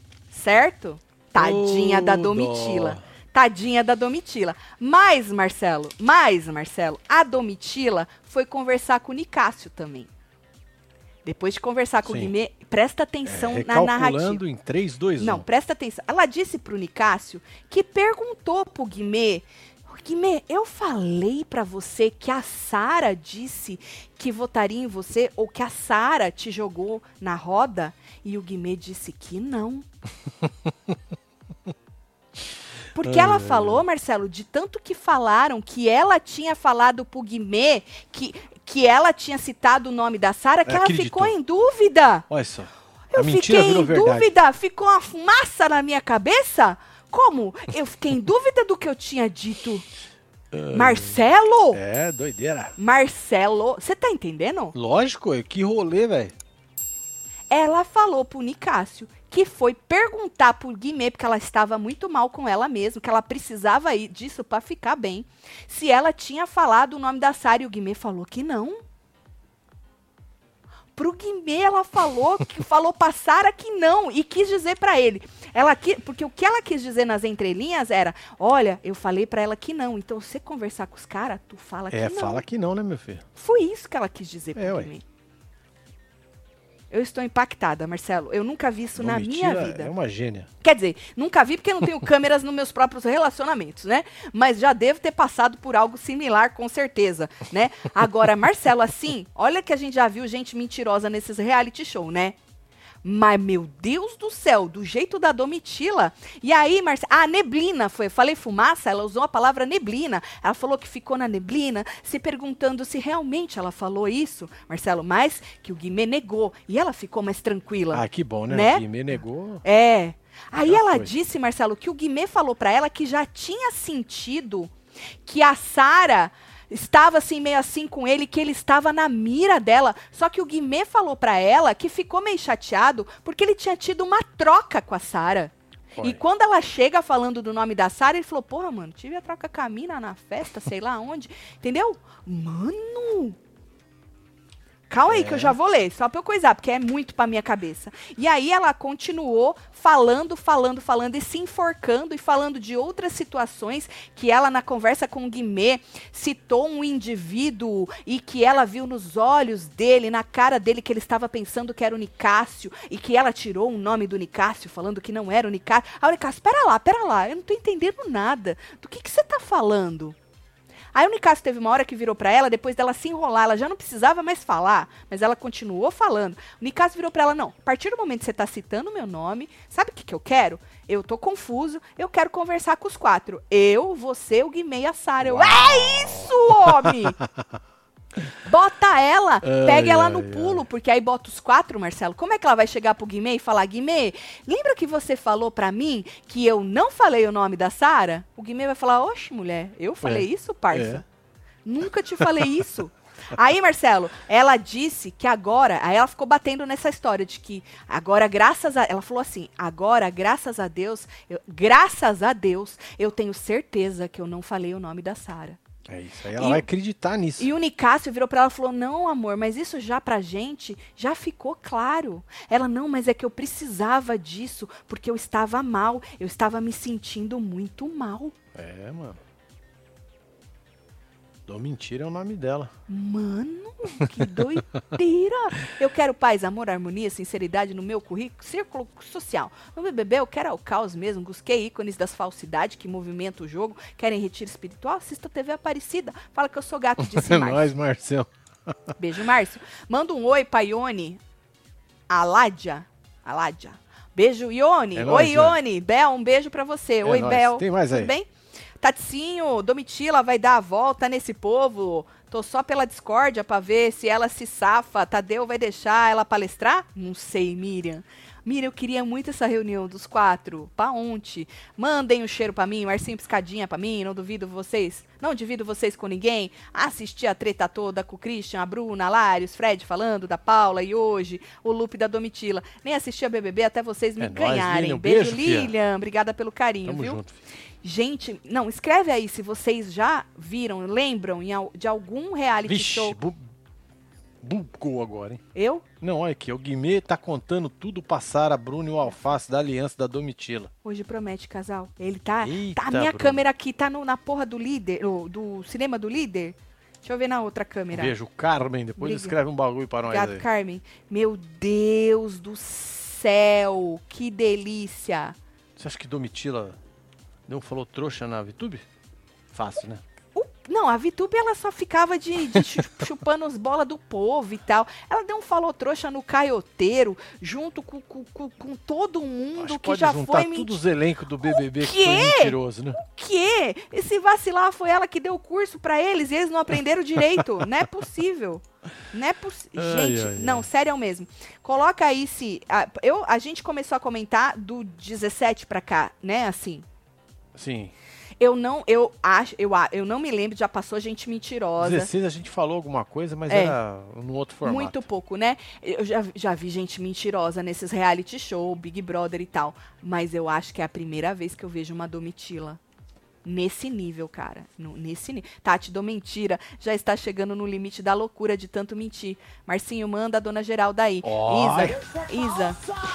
Certo? Tadinha oh, da Domitila. Dó. Tadinha da Domitila. Mas, Marcelo, mas, Marcelo, a Domitila foi conversar com o Nicásio também. Depois de conversar com Sim. o Guimê, presta atenção é, na narrativa. Calculando em três, dois, um. Não, presta atenção. Ela disse pro Nicásio que perguntou pro Guimê: Guimê, eu falei pra você que a Sara disse que votaria em você ou que a Sara te jogou na roda? E o Guimê disse que não. Porque ela falou, Marcelo, de tanto que falaram que ela tinha falado pro Guimê que, que ela tinha citado o nome da Sara, que ela acreditou. Ficou em dúvida. Olha só. Eu fiquei em dúvida, ficou uma fumaça na minha cabeça. Como? Eu fiquei em dúvida do que eu tinha dito. Uh, Marcelo? Ela falou pro Nicásio que foi perguntar pro Guimê, porque ela estava muito mal com ela mesma, que ela precisava ir disso para ficar bem, se ela tinha falado o nome da Sara, e o Guimê falou que não. Pro Guimê ela falou, que falou pra Sara que não, e quis dizer pra ele. Ela que, porque o que ela quis dizer nas entrelinhas era, olha, eu falei pra ela que não, então você conversar com os caras, tu fala É, que não. fala que não, né, meu filho? Foi isso que ela quis dizer pro É, ué. Guimê. Eu estou impactada, Marcelo. Eu nunca vi isso na minha Domitila vida. é uma gênia. Quer dizer, nunca vi porque não tenho câmeras nos meus próprios relacionamentos, né? Mas já devo ter passado por algo similar, com certeza, né? Agora, Marcelo, assim, olha que a gente já viu gente mentirosa nesses reality show, né? Mas, meu Deus do céu, do jeito da Domitila. E aí, Marcelo, a neblina, foi, falei fumaça, ela usou a palavra neblina. Ela falou que ficou na neblina, se perguntando se realmente ela falou isso, Marcelo, mas que o Guimê negou. E ela ficou mais tranquila. Ah, que bom, né? Né? O Guimê negou. É. Aí Já ela foi. disse, Marcelo, que o Guimê falou pra ela que já tinha sentido que a Sara estava assim, meio assim com ele, que ele estava na mira dela. Só que o Guimê falou pra ela que ficou meio chateado porque ele tinha tido uma troca com a Sara. Olha. E quando ela chega falando do nome da Sara, ele falou, porra, mano, tive a troca com a mina na festa, sei lá onde. Entendeu? Mano... Calma aí, É. que eu já vou ler, só pra eu coisar, porque é muito pra minha cabeça. E aí ela continuou falando, falando, falando e se enforcando e falando de outras situações que ela, na conversa com o Guimê, citou um indivíduo e que ela viu nos olhos dele, na cara dele, que ele estava pensando que era o Nicásio e que ela tirou o nome do Nicásio, falando que não era o Nicásio. Aí o Nicásio, pera lá, pera lá, eu não tô entendendo nada. Do que que você tá falando? Aí o Nicásio teve uma hora que virou pra ela, depois dela se enrolar, ela já não precisava mais falar, mas ela continuou falando. O Nicásio virou pra ela, não, a partir do momento que você tá citando o meu nome, sabe o que que eu quero? Eu tô confuso, eu quero conversar com os quatro. Eu, você, o Guimê e a Sara. Eu, é isso, homem! Bota ela, Ai, pega ela ai, no ai. pulo, porque aí bota os quatro, Marcelo. Como é que ela vai chegar pro Guimê e falar, Guimê, lembra que você falou pra mim que eu não falei o nome da Sara? O Guimê vai falar, oxe, mulher, eu falei É, isso, parça? é. Nunca te falei isso. Aí, Marcelo, ela disse que agora, aí ela ficou batendo nessa história de que agora, graças a, ela falou assim, agora, graças a Deus, eu, graças a Deus, eu tenho certeza que eu não falei o nome da Sara. É isso. Aí ela E vai o- acreditar nisso. E o Nicásio virou pra ela e falou, não, amor, mas isso já pra gente já ficou claro. Ela, não, mas é que eu precisava disso, porque eu estava mal, eu estava me sentindo muito mal. É, mano. Dou mentira é o nome dela. Mano, que doideira. Eu quero paz, amor, harmonia, sinceridade no meu currículo, círculo social. No B B B eu quero o caos mesmo, busquei ícones das falsidades que movimentam o jogo, querem retiro espiritual, assista a T V Aparecida, fala que eu sou gato, disse É Márcio. nóis, Marcelo. Beijo, Márcio. Manda um oi pra Ione. Aládia. Aládia. Beijo, Ione. É oi, nóis, Ione. Bel, um beijo pra você. É oi, nóis. Bel. Tem mais aí? Tudo bem? Tatinho, Domitila vai dar a volta nesse povo. Tô só pela discórdia pra ver se ela se safa. Tadeu vai deixar ela palestrar? Não sei, Miriam. Miriam, eu queria muito essa reunião dos quatro. Pra ontem. Mandem um cheiro pra mim, Marcinho piscadinha pra mim. Não duvido vocês. Não divido vocês com ninguém. Assisti a treta toda com o Christian, a Bruna, a Lários, Fred falando da Paula e hoje o loop da Domitila. Nem assisti a B B B até vocês me É nóis, ganharem. Lilian. Um Beijo, beijo, fia. Lilian. Obrigada pelo carinho, Tamo viu? junto, filho. Gente, não, escreve aí se vocês já viram, lembram em al- de algum reality Vixe, show. bu... bugou agora, hein? Eu? Não, olha aqui, o Guimê tá contando tudo pra Sara, Bruno e o Alface da aliança da Domitila. Hoje promete, casal. Ele tá. Eita, tá a minha Bruno. câmera aqui, tá no- na porra do líder, o- do cinema do líder. Deixa eu ver na outra câmera. Veja o Carmen, depois Briga. escreve um bagulho pra nós Obrigado, aí. Carmen. Meu Deus do céu, que delícia. Você acha que Domitila não falou trouxa na VTube? Fácil, né? O- não, a Vitube ela só ficava de, de chu- chupando as bolas do povo e tal. Ela deu um falou trouxa no caioteiro, junto com, com, com- com todo mundo Acho que que pode já juntar foi todos mentira. os elencos do B B B que quê? foi mentiroso, né? Que? Esse vacilar foi ela que deu o curso pra eles e eles não aprenderam direito. Não é possível. Não é possível. Ai, Gente, ai, não, ai. sério mesmo. Coloca aí se. A, eu, a gente começou a comentar do dezessete pra cá, né? Assim. Sim. Eu não, eu acho, eu, a- eu não me lembro, já passou gente mentirosa. dezesseis a gente falou alguma coisa, mas É. era no outro formato. Muito pouco, né? Eu já, já vi gente mentirosa nesses reality show, Big Brother e tal. Mas eu acho que é a primeira vez que eu vejo uma Domitila. Nesse nível, cara. No- nesse nível. Tati, dou mentira. Já está chegando no limite da loucura de tanto mentir. Marcinho, manda a dona Geralda aí. Ó. Isa. Isa.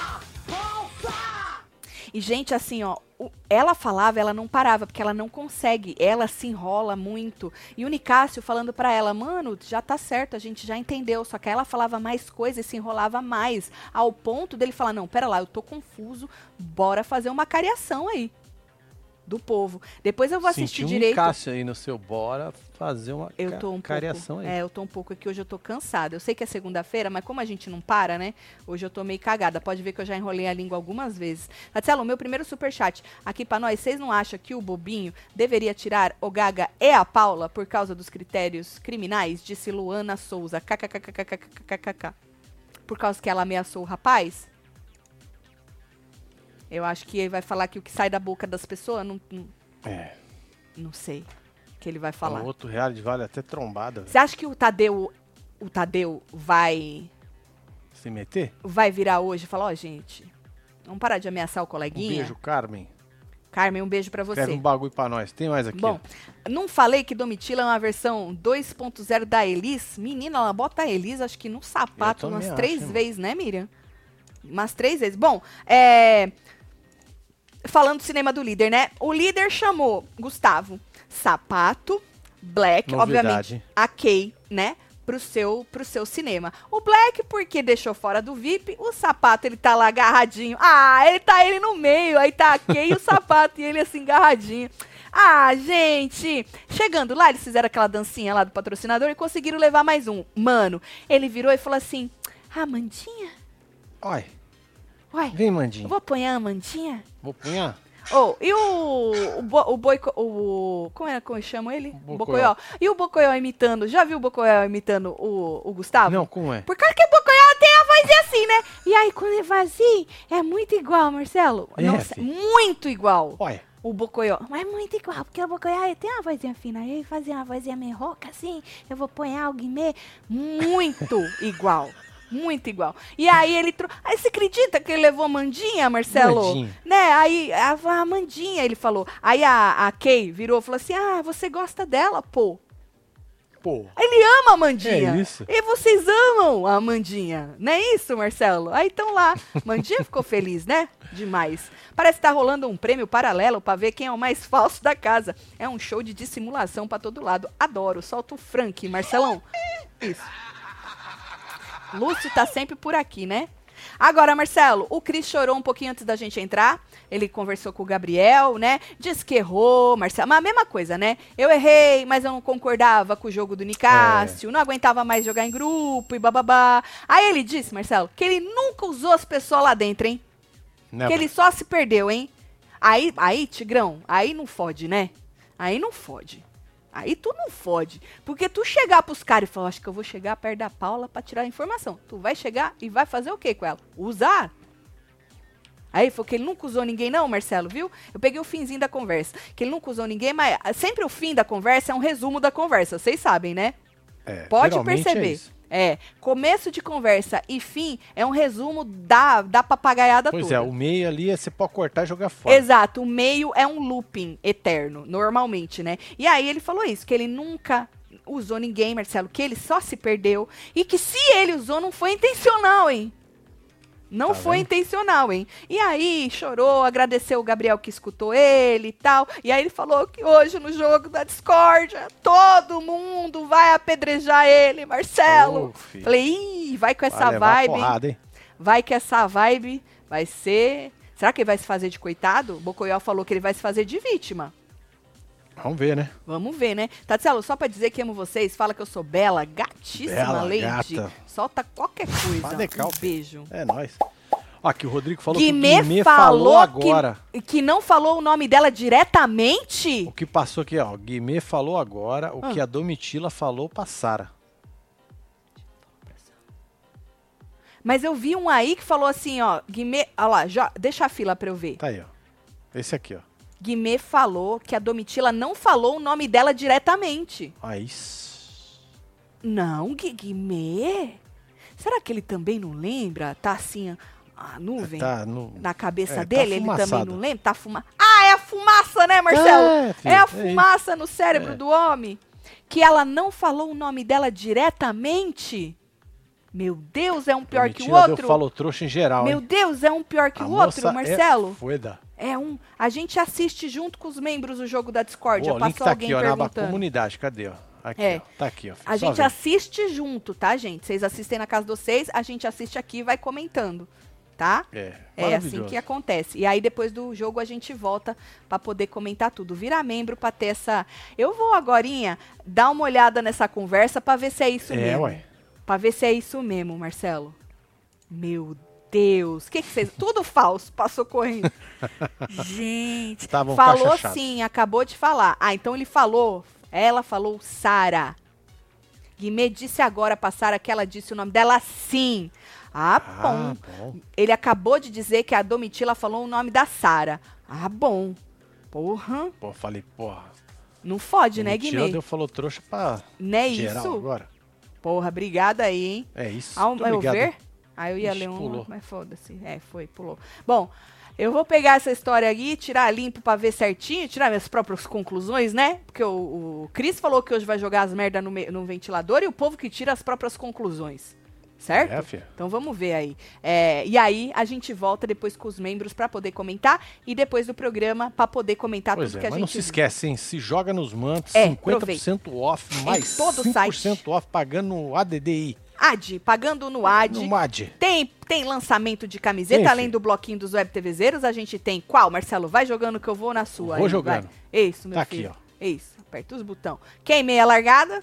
E, gente, assim, ó, o- ela falava, ela não parava, porque ela não consegue, ela se enrola muito. E o Nicásio falando pra ela, mano, já tá certo, a gente já entendeu, só que ela falava mais coisas e se enrolava mais, ao ponto dele falar, não, pera lá, eu tô confuso, bora fazer uma cariação aí, do povo. Depois eu vou assistir Senti um direito. Cássio aí no seu bora fazer uma Eu ca- tô um cariação pouco, aí. é, eu tô um pouco aqui, hoje eu tô cansada. Eu sei que é segunda-feira, mas como a gente não para, né? Hoje eu tô meio cagada. Pode ver que eu já enrolei a língua algumas vezes. Marcelo, meu primeiro superchat aqui pra nós. Vocês não acham que o Bobinho deveria tirar o Gaga e a Paula por causa dos critérios criminais? Disse Luana Souza. KKKKKKKKK. Por causa que ela ameaçou o rapaz? Eu acho que ele vai falar que o que sai da boca das pessoas, não, não, É. não sei o que ele vai falar. O outro reality vale até trombada. velho. Você acha que o Tadeu, o Tadeu vai, Se meter? vai virar hoje e falar, ó, gente, vamos parar de ameaçar o Um coleguinha? beijo, Carmen. Carmen, um beijo pra você. Escreve um bagulho pra nós. Tem mais aqui. Bom, não falei que Domitila é uma versão dois ponto zero da Elis? Menina, ela bota a Elis, acho que no sapato Eu também umas acho, três hein, vezes, né, Miriam? Umas três vezes. Bom, é... falando do cinema do líder, né? O líder chamou Gustavo, Sapato, Black, Novidade. obviamente, a Kay, né? Pro seu, pro seu cinema. O Black, porque deixou fora do V I P. O Sapato, ele tá lá agarradinho. Ah, ele tá ele no meio. Aí tá a Kay e o Sapato. E ele assim, agarradinho. Ah, gente. Chegando lá, eles fizeram aquela dancinha lá do patrocinador e conseguiram levar mais um. Mano, ele virou e falou assim, ah, Amandinha? Olha, Uai, vem, eu Mandinho. vou apanhar a Amandinha? Vou punhar? Oh, e o, o, bo, o boico, o, como é, como chama ele? Bocoió. Bocoió. E o Bocoió imitando, já viu o Bocoió imitando o, o Gustavo? Não, como é? Por causa que o Bocoió tem a vozinha assim, né? E aí, quando ele faz assim, é muito igual, Marcelo. É, Nossa, filho. muito igual. Olha, O Bocoió. Mas é muito igual, porque o Bocoió ele tem uma vozinha fina. Aí ele fazia uma vozinha meio rouca, assim, eu vou pôr o Guimê. Muito igual. Muito igual. E aí ele trouxe. Aí você acredita que ele levou Mandinha, Marcelo? Mandinha. Né? Aí a, a Mandinha, ele falou. Aí a, a Kay virou e falou assim: ah, você gosta dela, pô. pô. Ele ama a Amandinha. É isso. E vocês amam a Amandinha. Não é isso, Marcelo? Aí então lá. Mandinha ficou feliz, né? Demais. Parece que tá rolando um prêmio paralelo pra ver quem é o mais falso da casa. É um show de dissimulação pra todo lado. Adoro. Solta o Frank, Marcelão. Isso. Lúcio tá sempre por aqui, né? Agora, Marcelo, o Cris chorou um pouquinho antes da gente entrar. Ele conversou com o Gabriel, né? Disse que errou, Marcelo. Mas a mesma coisa, né? Eu errei, mas eu não concordava com o jogo do Nicásio. É. Não aguentava mais jogar em grupo e bababá. Aí ele disse, Marcelo, que ele nunca usou as pessoas lá dentro, hein? Never. Que ele só se perdeu, hein? Aí, aí, Tigrão, aí não fode, né? Aí não fode. Aí tu não fode. Porque tu chegar pros caras e falar, acho que eu vou chegar perto da Paula pra tirar a informação. Tu vai chegar e vai fazer o quê com ela? Usar. Aí foi que ele nunca usou ninguém não, Marcelo, viu? Eu peguei o finzinho da conversa. Que ele nunca usou ninguém, mas sempre o fim da conversa é um resumo da conversa. Vocês sabem, né? É, Pode geralmente perceber. É, isso. É, começo de conversa e fim é um resumo da, da papagaiada pois toda. Pois é, o meio ali é você pode cortar e jogar fora. Exato, o meio é um looping eterno, normalmente, né? E aí ele falou isso, que ele nunca usou ninguém, Marcelo, que ele só se perdeu e que se ele usou não foi intencional, hein? Não tá foi vendo? intencional, hein? E aí chorou, agradeceu o Gabriel que escutou ele e tal. E aí ele falou que hoje no jogo da discórdia todo mundo vai apedrejar ele, Marcelo. Oh, Falei, ih, vai com essa vai levar vibe. Porrada, hein? Vai que essa vibe vai ser... Será que ele vai se fazer de coitado? O Bocoió falou que ele vai se fazer de vítima. Vamos ver, né? Vamos ver, né? Tatielo, só pra dizer que amo vocês, fala que eu sou bela, gatíssima, Bela, Lady. gata. Solta qualquer coisa. Padecal, Um beijo. É nóis. Ó, aqui o Rodrigo falou Guimê que o Guimê falou, falou agora. Que, que não falou o nome dela diretamente? O que passou aqui, ó. O Guimê falou agora o Ah. que a Domitila falou pra Sara. Mas eu vi um aí que falou assim, ó, Guimê, olha lá, já, deixa a fila pra eu ver. Tá aí, ó. Esse aqui, ó. Guimê falou que a Domitila não falou o nome dela diretamente. Aí. Não, Gui- Guimê? Será que ele também não lembra? Tá assim, a nuvem Tá no... na cabeça é, tá dele? Ele também fumaçado. não lembra? Tá fuma... Ah, é a fumaça, né, Marcelo? É, filho, É a é fumaça no cérebro É. do homem. Que ela não falou o nome dela diretamente? Meu Deus, é um pior que o Domitila outro? deu falou trouxa em geral, Meu hein? Deda. Deus, é um pior que A o outro, moça Marcelo? É foda. É um. A gente assiste junto com os membros do jogo da Discord. Ó, o link Passou tá alguém aqui, ó, na aba perguntando. comunidade. Cadê, ó? Aqui, É. ó. Tá aqui, ó. filho, A só gente ver. assiste junto, tá, gente? Vocês assistem na casa de vocês, a gente assiste aqui e vai comentando, tá? É, É assim maravilhoso. que acontece. E aí, depois do jogo, a gente volta pra poder comentar tudo. Vira membro pra ter essa... Eu vou agorinha dar uma olhada nessa conversa pra ver se é isso É, mesmo. ué. Pra ver se é isso mesmo, Marcelo. Meu Deus. O que que vocês... Tudo falso. Passou correndo. Gente. Estavam Falou cachachados. sim, acabou de falar. Ah, então ele falou... Ela falou Sara. Guimê disse agora pra Sara que ela disse o nome dela sim. Ah, Ah, bom. bom. Ele acabou de dizer que a Domitila falou o nome da Sara. Ah, bom. Porra. Pô, falei, porra. Não fode, né, Domitila Guimê? deu falou trouxa pra Não é geral isso? agora. Porra, obrigada aí, hein? É isso. Ao Tô meu ligado. ver... Aí eu ia Ixi, ler um, pulou. mas foda-se. É, foi, pulou. Bom, eu vou pegar essa história aqui, tirar limpo pra ver certinho, tirar minhas próprias conclusões, né? Porque o, o Cris falou que hoje vai jogar as merdas no, me- no ventilador e o povo que tira as próprias conclusões. Certo? É, filha. Então vamos ver aí. É, e aí a gente volta depois com os membros pra poder comentar e depois do programa pra poder comentar Pois tudo é, que a mas gente não se esquece, hein? Se joga nos mantos, É, cinquenta por cento off, mais todo cinco por cento site. off pagando no A D D I. A D, pagando no A D. No M A D. Tem, tem lançamento de camiseta, Tem, além filho. do bloquinho dos web TVzeiros, a gente tem qual, Marcelo? Vai jogando que eu vou na sua. Vou aí, jogando. Vai. Isso, meu Tá aqui, filho. ó. Isso, aperta os botões. Queimei a largada.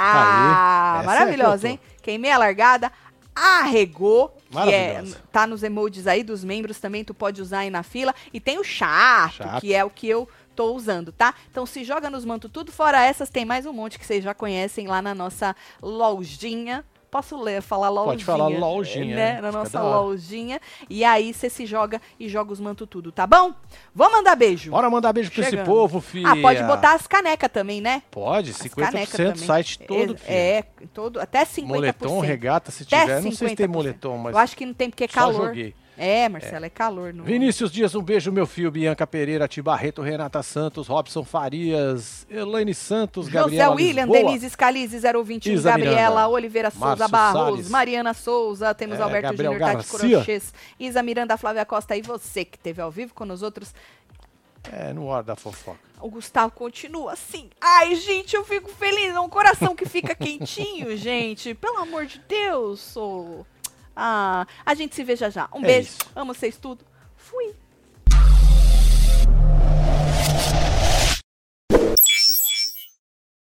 Ah, Essa é maravilhosa, que eu hein? Queimei a largada. Arregou, que é, Maravilhosa. tá nos emojis aí dos membros também, tu pode usar aí na fila. E tem o chato, Chato. que é o que eu tô usando, tá? Então se joga nos mantos tudo, fora essas, tem mais um monte que vocês já conhecem lá na nossa lojinha. Posso ler, falar lojinha? Pode falar lojinha, né? hein? Na Fica nossa da hora. lojinha. E aí você se joga e joga os mantos tudo, tá bom? Vou mandar beijo. Bora mandar beijo pra esse Chegando. povo, filha. Ah, pode botar as canecas também, né? Pode, As cinquenta por canecas cento também. site todo, é, filho. É, todo, até cinquenta por cento. Moletom, regata, se Até tiver. Não sei se tem cinquenta por cento. moletom, mas Eu acho que não tem porque é só calor. joguei. É, Marcelo, é, calor. No... Vinícius Dias, um beijo, meu filho. Bianca Pereira, Ti Barreto, Renata Santos, Robson Farias, Elaine Santos, José Gabriela William, Lisboa. Denise Scalise, zero vinte e um, Isa Gabriela Miranda, Oliveira Souza Márcio Barros, Salles. Mariana Souza, temos É, Alberto Gabriel Júnior, Tati Garcia. Crochês, Isa Miranda, Flávia Costa e você que esteve ao vivo com nós outros. É, no ar da fofoca. O Gustavo continua assim. Ai, gente, eu fico feliz. É um coração que fica quentinho, gente. Pelo amor de Deus. ô. Ah, a gente se vê já já. Um É beijo. isso. Amo vocês tudo. Fui.